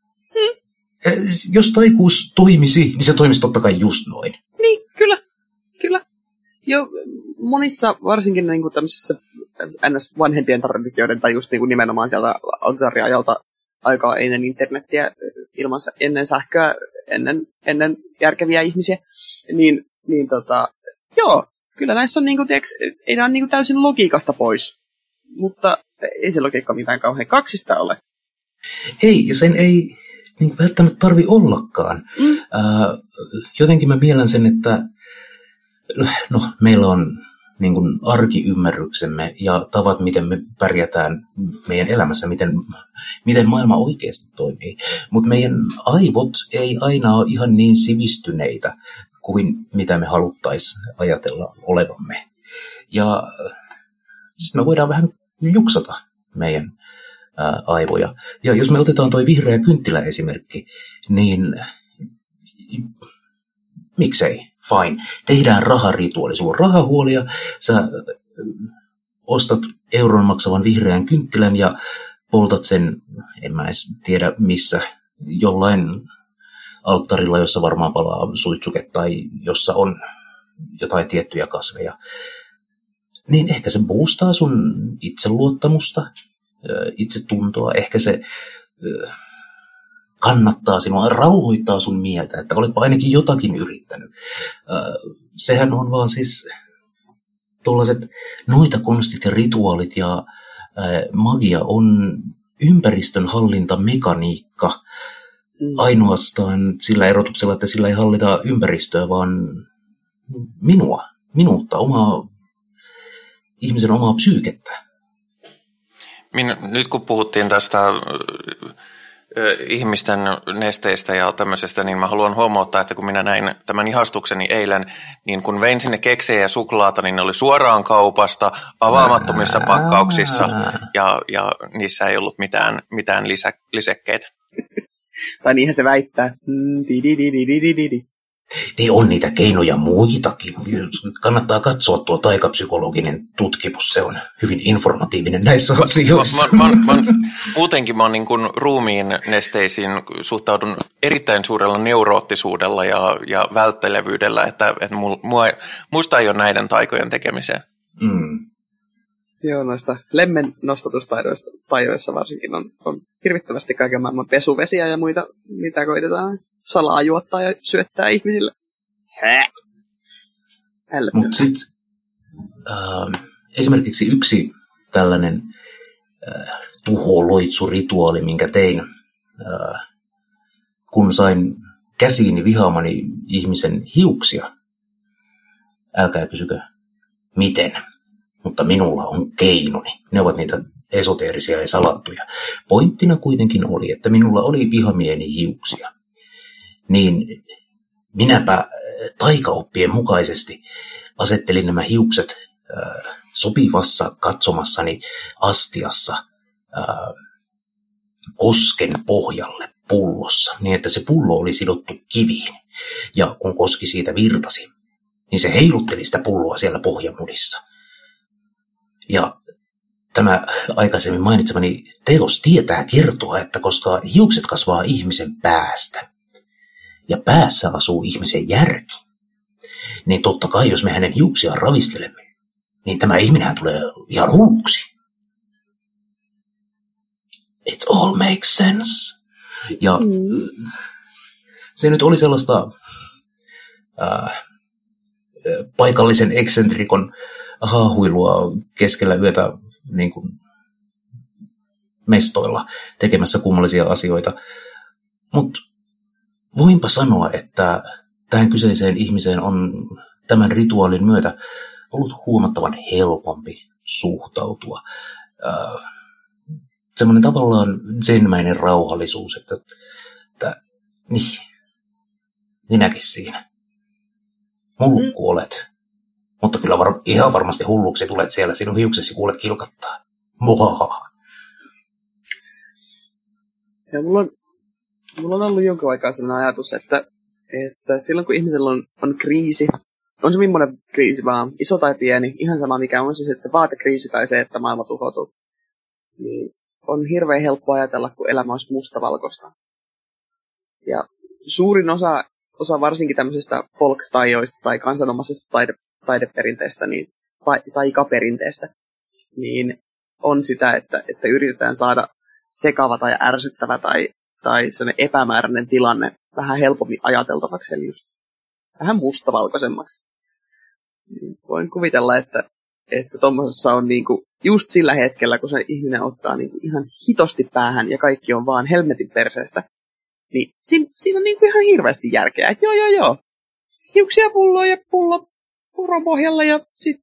Jos taikuus toimisi, niin se toimisi totta kai just noin. Niin, kyllä. Jo monissa, varsinkin niin kuin tämmöisissä ns. Vanhempien traditioiden tai just niin kuin nimenomaan sieltä agrariajalta aikaa ennen internettiä, ennen sähköä, ennen järkeviä ihmisiä, niin joo, kyllä näissä on niinku, ei nämä niinku täysin logiikasta pois, mutta ei se logiikka mitään kauhean kaksista ole. Ei, ja sen ei niin välttämättä tarvi ollakaan. Jotenkin mä miellän sen, että meillä on niin kuin arkiymmärryksemme ja tavat, miten me pärjätään meidän elämässä, miten maailma oikeasti toimii. Mutta meidän aivot ei aina ole ihan niin sivistyneitä kuin mitä me haluttaisiin ajatella olevamme. Ja sitten me voidaan vähän juksata meidän aivoja. Ja jos me otetaan toi vihreä kynttilä-esimerkki, niin miksei? Fine. Tehdään raharituaali. Sulla on rahahuolia, sä ostat euron maksavan vihreän kynttilän ja poltat sen, en mä edes tiedä missä, jollain alttarilla, jossa varmaan palaa suitsuke tai jossa on jotain tiettyjä kasveja. Niin ehkä se boostaa sun itseluottamusta, itsetuntoa, ehkä se kannattaa sinua, rauhoittaa sun mieltä, että oletpa ainakin jotakin yrittänyt. Sehän on vaan siis tuollaiset noitakonstit ja rituaalit ja magia on ympäristönhallintamekaniikka ainoastaan sillä erotuksella, että sillä ei hallita ympäristöä, vaan minuutta, ihmisen omaa psyykettä. Nyt kun puhuttiin tästä ihmisten nesteistä ja tämmöisestä, niin mä haluan huomauttaa, että kun minä näin tämän ihastukseni eilen, niin kun vein sinne keksejä ja suklaata, niin ne oli suoraan kaupasta, avaamattomissa pakkauksissa, ja niissä ei ollut mitään lisäkkeitä. Tai niinhän se väittää. Niin on niitä keinoja muitakin. Kannattaa katsoa tuo taikapsykologinen tutkimus. Se on hyvin informatiivinen näissä asioissa. Muutenkin mä niin kuin ruumiin nesteisiin suhtaudun erittäin suurella neuroottisuudella ja välttelevyydellä, että musta ei ole näiden taikojen tekemiseen. Joo, noista lemmen nostatustaidoissa varsinkin on hirvittävästi kaiken maailman pesuvesiä ja muita, mitä koitetaan salaa juottaa ja syöttää ihmisille. Mutta sitten esimerkiksi yksi tällainen tuholoitsurituaali, minkä tein, kun sain käsiini vihaamani ihmisen hiuksia. Älkää kysykö, miten. mutta minulla on keinoni. Ne ovat niitä esoteerisia ja salattuja. Pointtina kuitenkin oli, että minulla oli vihamieni hiuksia. Niin minäpä taikaoppien mukaisesti asettelin nämä hiukset sopivassa katsomassani astiassa kosken pohjalle pullossa, niin että se pullo oli sidottu kiviin. Ja kun koski siitä virtasi, niin se heilutteli sitä pulloa siellä pohjamudissa. Ja tämä aikaisemmin mainitsemani teos tietää kertoa, että koska hiukset kasvaa ihmisen päästä, ja päässä asuu ihmisen järki, niin totta kai, jos me hänen hiuksiaan ravistelemme, niin tämä ihminenhän tulee ihan hulluksi. It all makes sense. Ja se nyt oli sellaista paikallisen eksentrikon haahuilua keskellä yötä niin kuin mestoilla tekemässä kummallisia asioita. Mutta voinpa sanoa, että tähän kyseiseen ihmiseen on tämän rituaalin myötä ollut huomattavan helpompi suhtautua. Semmoinen tavallaan zenmäinen rauhallisuus, että niin, minäkin siinä. Hulkku olet. Mutta kyllä ihan varmasti hulluksi tulet siellä, sinun hiuksesi kuule kilkattaa. Mohaha. Ja mulla on ollut jonkin aikaa sellainen ajatus, että silloin kun ihmisellä on kriisi, on se millainen kriisi vaan, iso tai pieni, ihan sama mikä on se sitten vaatekriisi tai se, että maailma tuhoutuu, niin on hirveän helppo ajatella, kun elämä olisi mustavalkoista. Ja suurin osa varsinkin tämmöisestä folk-taioista tai kansanomaisesta taideperinteestä, niin, taikaperinteestä, niin on sitä, että yritetään saada sekava tai ärsyttävä tai sellainen epämääräinen tilanne vähän helpommin ajateltavaksi, eli just vähän mustavalkoisemmaksi. Voin kuvitella, että tuommoisessa on niinku just sillä hetkellä, kun se ihminen ottaa niinku ihan hitosti päähän ja kaikki on vaan helmetin perseestä, niin siinä on niinku ihan hirveästi järkeä, että joo, hiuksia pulloa ja pullo puron pohjalla ja sit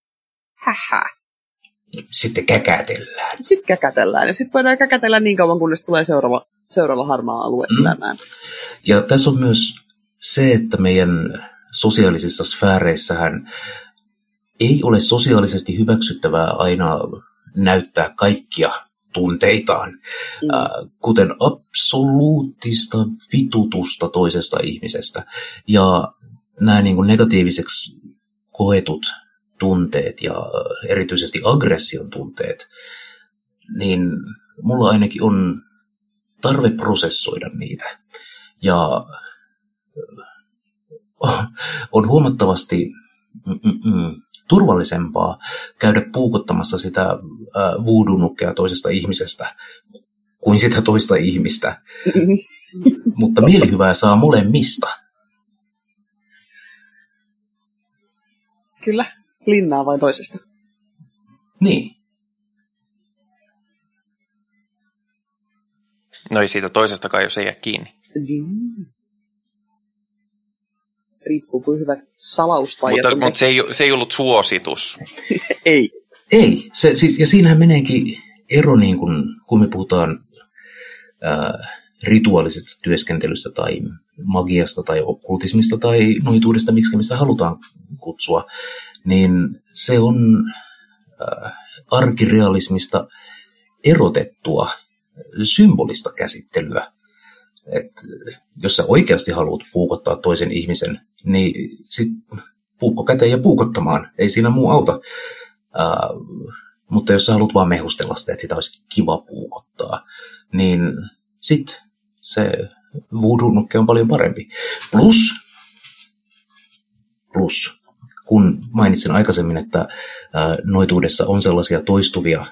Sitten käkätellään. Ja sitten voidaan käkätellä niin kauan, kunnes tulee seuraava harmaa alue elämään. Ja tässä on myös se, että meidän sosiaalisissa sfääreissähän ei ole sosiaalisesti hyväksyttävää aina näyttää kaikkia tunteitaan, kuten absoluuttista vitutusta toisesta ihmisestä. Ja nämä niin kuin negatiiviseksi koetut tunteet ja erityisesti aggression tunteet, niin mulla ainakin on tarve prosessoida niitä. Ja on huomattavasti turvallisempaa käydä puukottamassa sitä voodoo-nukkea toisesta ihmisestä kuin sitä toista ihmistä. Mutta mielihyvää saa molemmista. Kyllä, linnaa vain toisesta. Niin. No ei siitä toisestakaan, jos ei jää kiinni. Riippuu kuin hyvät salaustaijat. Mutta se ei ollut suositus. Ei. Ei. Ja siinähän meneekin ero, niin kun me puhutaan rituaalisesta työskentelystä tai magiasta tai okkultismista tai noituudesta, miksi mistä halutaan kutsua, niin se on arkirealismista erotettua symbolista käsittelyä. Et jos sä oikeasti haluat puukottaa toisen ihmisen, niin sit puukko käteen ja puukottamaan, ei siinä muu auta. Mutta jos sä haluat vaan mehustella sitä, että sitä olisi kiva puukottaa, niin sit se voodoo-nukke on paljon parempi. Plus, kun mainitsin aikaisemmin, että noituudessa on sellaisia toistuvia,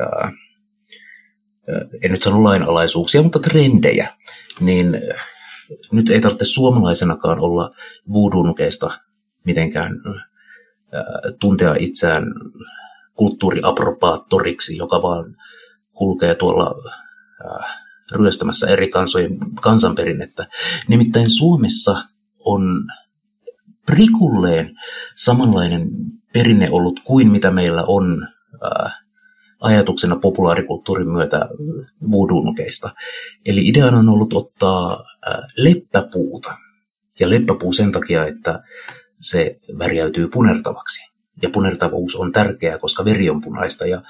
en nyt sano lainalaisuuksia, mutta trendejä, niin nyt ei tarvitse suomalaisenakaan olla voodoo-nukeista mitenkään tuntea itseään kulttuuriapropaattoriksi, joka vaan kulkee tuolla ryöstämässä eri kansojen kansanperinnettä. Nimittäin Suomessa on prikulleen samanlainen perinne ollut kuin mitä meillä on ajatuksena populaarikulttuurin myötä voodoo-nukeista. Eli ideana on ollut ottaa leppäpuuta, ja leppäpuu sen takia, että se värjäytyy punertavaksi. Ja punertavuus on tärkeää, koska veri on punaista, ja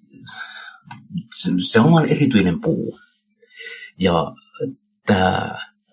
se on vain erityinen puu. Ja tämä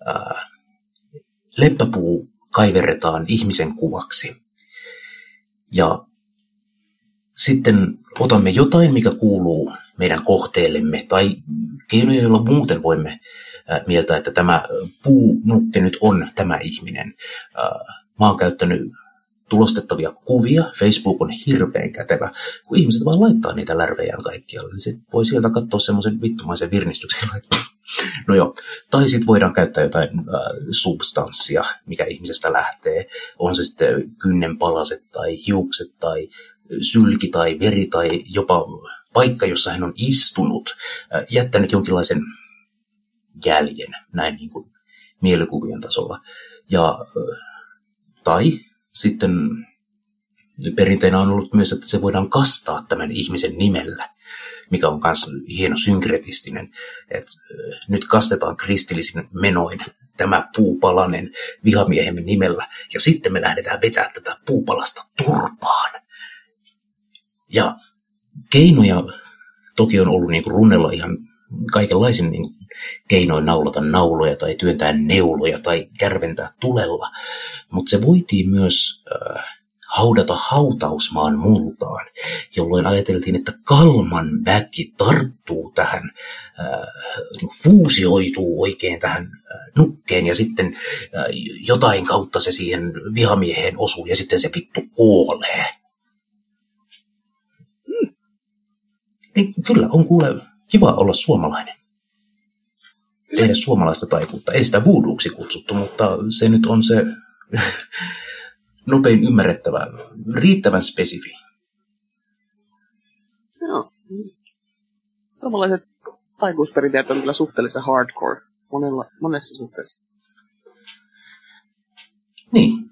leppäpuu kaiverretaan ihmisen kuvaksi. Ja sitten otamme jotain, mikä kuuluu meidän kohteellemme, tai keinoja, joilla muuten voimme mieltää, että tämä puunukke nyt on tämä ihminen. Mä oon käyttänyt tulostettavia kuvia. Facebook on hirveän kätevä, kun ihmiset vaan laittaa niitä lärvejään kaikkialle. Niin sit voi sieltä katsoa semmoisen vittumaisen virnistyksen. No joo, tai sitten voidaan käyttää jotain substanssia, mikä ihmisestä lähtee. On se sitten kynnenpalaset tai hiukset tai sylki tai veri tai jopa paikka, jossa hän on istunut, jättänyt jonkinlaisen jäljen, näin niin kuin mielikuvien tasolla. Ja, tai sitten perinteinä on ollut myös, että se voidaan kastaa tämän ihmisen nimellä, mikä on myös hieno synkretistinen, että nyt kastetaan kristillisin menoin tämä puupalanen vihamiehemme nimellä, ja sitten me lähdetään vetämään tätä puupalasta turpaan. Ja keinoja toki on ollut niin kuin runnella ihan kaikenlaisin niin keinoin naulata nauloja tai työntää neuloja tai kärventää tulella, mutta se voitiin myös haudata hautausmaan multaan, jolloin ajateltiin, että Kalman väki tarttuu tähän, fuusioituu oikein tähän nukkeen ja sitten jotain kautta se siihen vihamieheen osuu ja sitten se vittu kuolee. Niin, kyllä, on kuule kiva olla suomalainen. Tehdä suomalaista taikuutta. Ei sitä voodooksi kutsuttu, mutta se nyt on se nopein ymmärrettävä, riittävän spesifi. Joo. Suomalaiset taikuusperinteet on kyllä suhteellisen hardcore monessa suhteessa. Niin.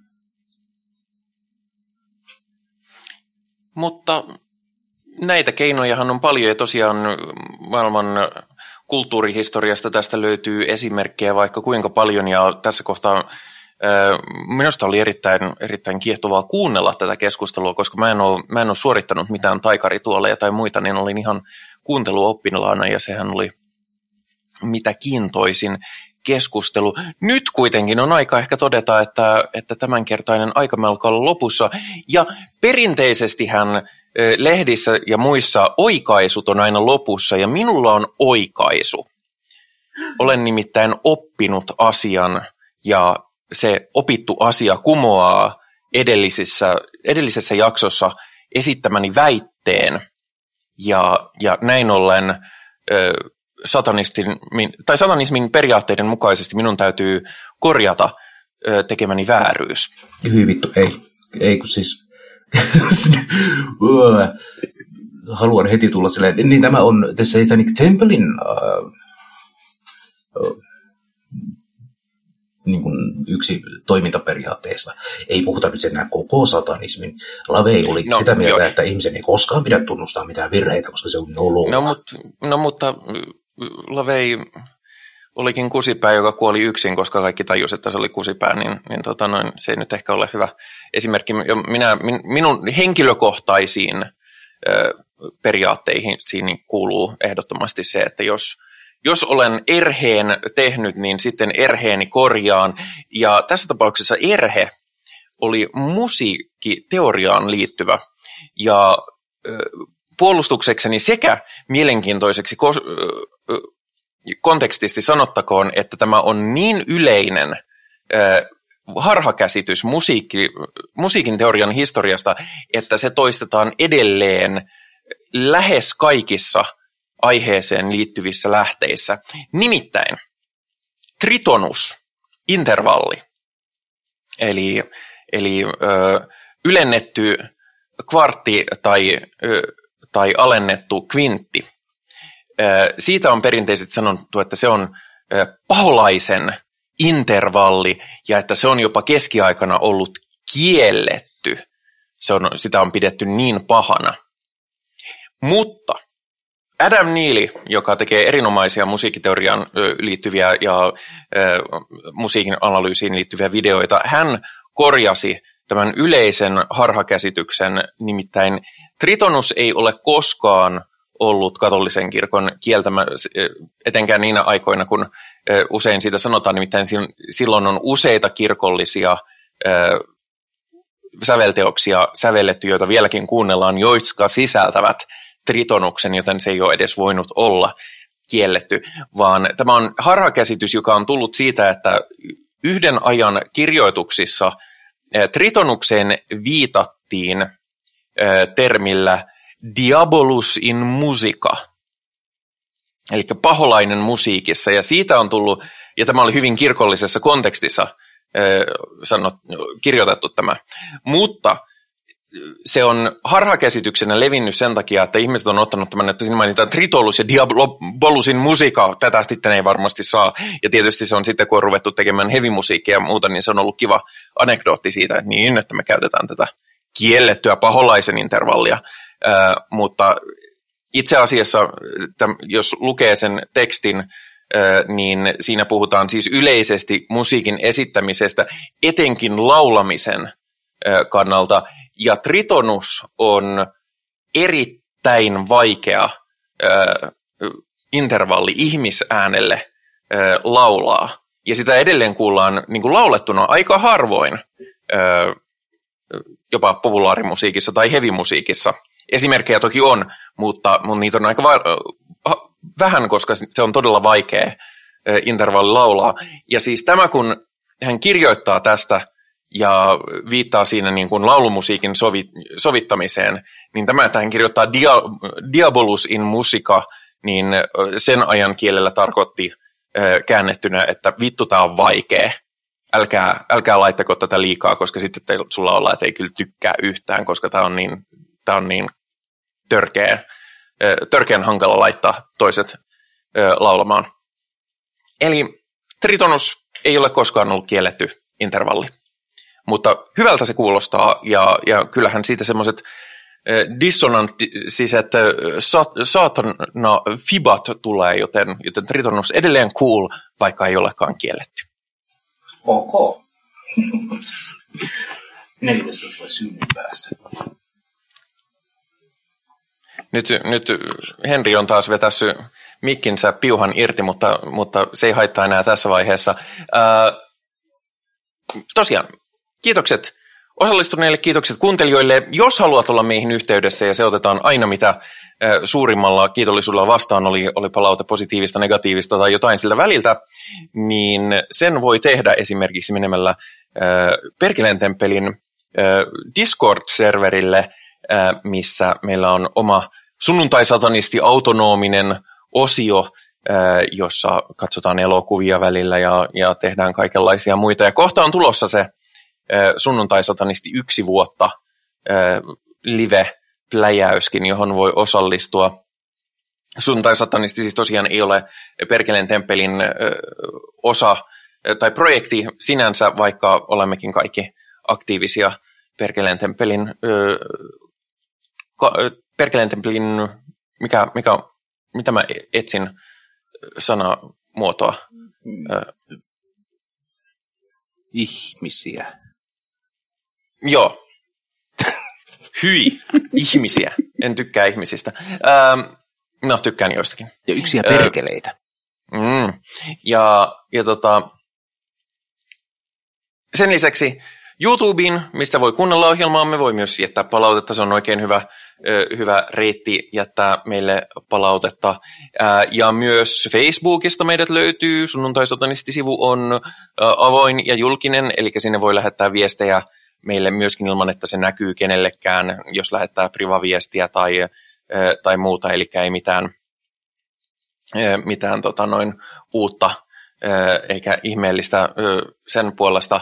Mutta näitä keinojahan on paljon ja tosiaan maailman kulttuurihistoriasta tästä löytyy esimerkkejä vaikka kuinka paljon ja tässä kohtaa minusta oli erittäin kiehtovaa kuunnella tätä keskustelua, koska mä en ole suorittanut mitään taikarituoleja tai muita, niin olin ihan kuunteluoppilaana ja sehän oli mitä kiintoisin keskustelu. Nyt kuitenkin on aika ehkä todeta, että tämänkertainen aika melko on lopussa ja perinteisestihän lehdissä ja muissa oikaisut on aina lopussa ja minulla on oikaisu. Olen nimittäin oppinut asian ja se opittu asia kumoaa edellisessä jaksossa esittämäni väitteen ja näin ollen satanismin periaatteiden mukaisesti minun täytyy korjata tekemäni vääryys. Hyi vittu, ei kun siis haluan heti tulla silleen, niin tämä on The Satanic Templein niin kuin yksi toimintaperiaatteista. Ei puhuta nyt enää koko satanismin. LaVey oli sitä mieltä, että ihmisen ei koskaan pidä tunnustaa mitään virheitä, koska se on noloa. No mutta LaVey olikin kusipää, joka kuoli yksin, koska kaikki tajusivat, että se oli kusipää, niin se ei nyt ehkä ole hyvä esimerkki. Minun henkilökohtaisiin periaatteihin siinä kuuluu ehdottomasti se, että jos olen erheen tehnyt, niin sitten erheeni korjaan. Ja tässä tapauksessa erhe oli musiikkiteoriaan liittyvä. Ja puolustuksekseni sekä mielenkiintoiseksi kontekstisti sanottakoon, että tämä on niin yleinen harhakäsitys musiikin teorian historiasta, että se toistetaan edelleen lähes kaikissa aiheeseen liittyvissä lähteissä. Nimittäin tritonus, intervalli, eli ylennetty kvartti tai alennettu kvintti. Siitä on perinteisesti sanottu, että se on paholaisen intervalli ja että se on jopa keskiaikana ollut kielletty. Sitä on pidetty niin pahana. Mutta Adam Neely, joka tekee erinomaisia musiikkiteoriaan liittyviä ja musiikin analyysiin liittyviä videoita, hän korjasi tämän yleisen harhakäsityksen, nimittäin Tritonus ei ole koskaan ollut katolisen kirkon kieltämä, etenkään niinä aikoina, kun usein siitä sanotaan, nimittäin silloin on useita kirkollisia sävelteoksia sävelletty, joita vieläkin kuunnellaan, jotka sisältävät Tritonuksen, joten se ei ole edes voinut olla kielletty, vaan tämä on harhakäsitys, joka on tullut siitä, että yhden ajan kirjoituksissa Tritonukseen viitattiin termillä diabolus in musica, eli paholainen musiikissa, ja siitä on tullut, ja tämä oli hyvin kirkollisessa kontekstissa kirjoitettu tämä, mutta se on harhakäsityksenä levinnyt sen takia, että ihmiset on ottanut tämän, että siinä mainitaan Tritolus ja Diabolus in musica, tätä sitten ei varmasti saa, ja tietysti se on sitten, kun on ruvettu tekemään heavy-musiikkia ja muuta, niin se on ollut kiva anekdootti siitä, että me käytetään tätä kiellettyä paholaisen intervallia, mutta itse asiassa, jos lukee sen tekstin, niin siinä puhutaan siis yleisesti musiikin esittämisestä, etenkin laulamisen kannalta, ja tritonus on erittäin vaikea intervalli ihmisäänelle laulaa, ja sitä edelleen kuullaan niin kuin laulettuna aika harvoin, jopa populaarimusiikissa tai heavy-musiikissa. Esimerkkejä toki on, mutta niitä on aika vähän, koska se on todella vaikea intervalli laulaa. Ja siis tämä, kun hän kirjoittaa tästä ja viittaa siinä niin kuin laulumusiikin sovittamiseen, niin tämä, että hän kirjoittaa diabolus in musica, niin sen ajan kielellä tarkoitti käännettynä, että vittu, tämä on vaikea. Älkää laittako tätä liikaa, koska sitten sulla ollaan, että ei kyllä tykkää yhtään, koska tämä on niin törkeän hankala laittaa toiset laulamaan. Eli tritonus ei ole koskaan ollut kielletty intervalli, mutta hyvältä se kuulostaa, ja kyllähän siitä semmoiset dissonanssiset saatana fibat tulee, joten tritonus edelleen cool, vaikka ei olekaan kielletty. Ok. 4. synnyinpäästö. Nyt Henri on taas vetässyt mikkinsä piuhan irti, mutta se ei haittaa enää tässä vaiheessa. Tosiaan, kiitokset osallistuneille, kiitokset kuuntelijoille. Jos haluat olla meihin yhteydessä, ja se otetaan aina mitä suurimmalla kiitollisuudella vastaan, oli palaute positiivista, negatiivista tai jotain sillä väliltä, niin sen voi tehdä esimerkiksi menemällä Perkeleen temppelin Discord-serverille, missä meillä on oma sunnuntai-satanisti autonominen osio, jossa katsotaan elokuvia välillä ja tehdään kaikenlaisia muita. Ja kohta on tulossa se sunnuntai-satanisti 1 vuotta live-pläjäyskin, johon voi osallistua. Sunnuntai-satanisti siis tosiaan ei ole Perkeleen temppelin osa tai projekti sinänsä, vaikka olemmekin kaikki aktiivisia Perkeleen temppelin mitä mä etsin sanamuotoa? Ihmisiä. Joo. Hyi, ihmisiä. En tykkää ihmisistä. No, tykkään joistakin. Ja yksiä perkeleitä. Sen lisäksi YouTubeen, mistä voi kuunnella ohjelmaamme, voi myös jättää palautetta. Se on oikein hyvä reitti jättää meille palautetta. Ja myös Facebookista meidät löytyy. Sunnuntai-satanisti-sivu on avoin ja julkinen, eli sinne voi lähettää viestejä meille myöskin ilman, että se näkyy kenellekään, jos lähettää privaviestiä tai muuta, eli ei mitään uutta eikä ihmeellistä sen puolesta.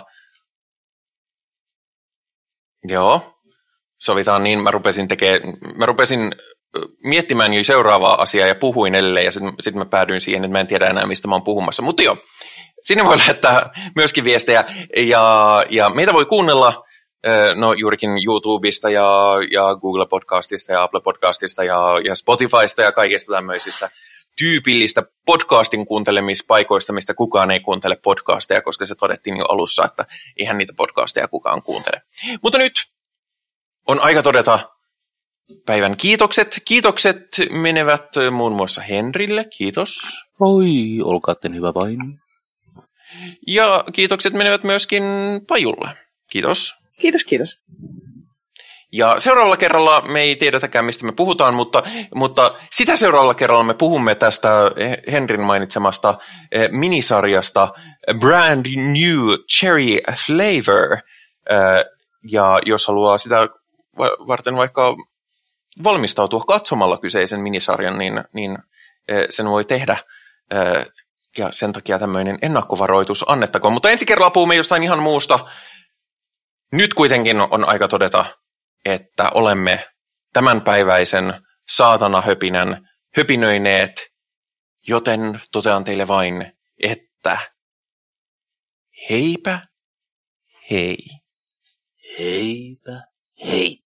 Joo, sovitaan niin. Mä rupesin miettimään jo seuraavaa asiaa ja puhuin edelleen, ja sitten mä päädyin siihen, että mä en tiedä enää, mistä mä oon puhumassa. Mutta joo, sinne voi lähettää myöskin viestejä, ja meitä voi kuunnella no juurikin YouTubesta ja Google Podcastista ja Apple Podcastista ja Spotifysta ja kaikista tämmöisistä tyypillistä podcastin kuuntelemispaikoista, mistä kukaan ei kuuntele podcasteja, koska se todettiin jo alussa, että eihän niitä podcasteja kukaan kuuntele. Mutta nyt on aika todeta päivän kiitokset. Kiitokset menevät muun muassa Henrille, kiitos. Oi, olkaatten hyvä vain. Ja kiitokset menevät myöskin Pajulle, kiitos. Kiitos. Ja seuraavalla kerralla me ei tiedetäkään, mistä me puhutaan, mutta sitä seuraavalla kerralla me puhumme tästä Henrin mainitsemasta minisarjasta Brand New Cherry Flavor. Ja jos haluaa sitä varten vaikka valmistautua katsomalla kyseisen minisarjan, niin sen voi tehdä. Ja sen takia tämmöinen ennakkovaroitus annettakoon. Mutta ensi kerralla puhumme jostain ihan muusta. Nyt kuitenkin on aika todeta, että olemme tämänpäiväisen saatanahöpinän höpinöineet, joten totean teille vain, että heipä hei. Heipä hei.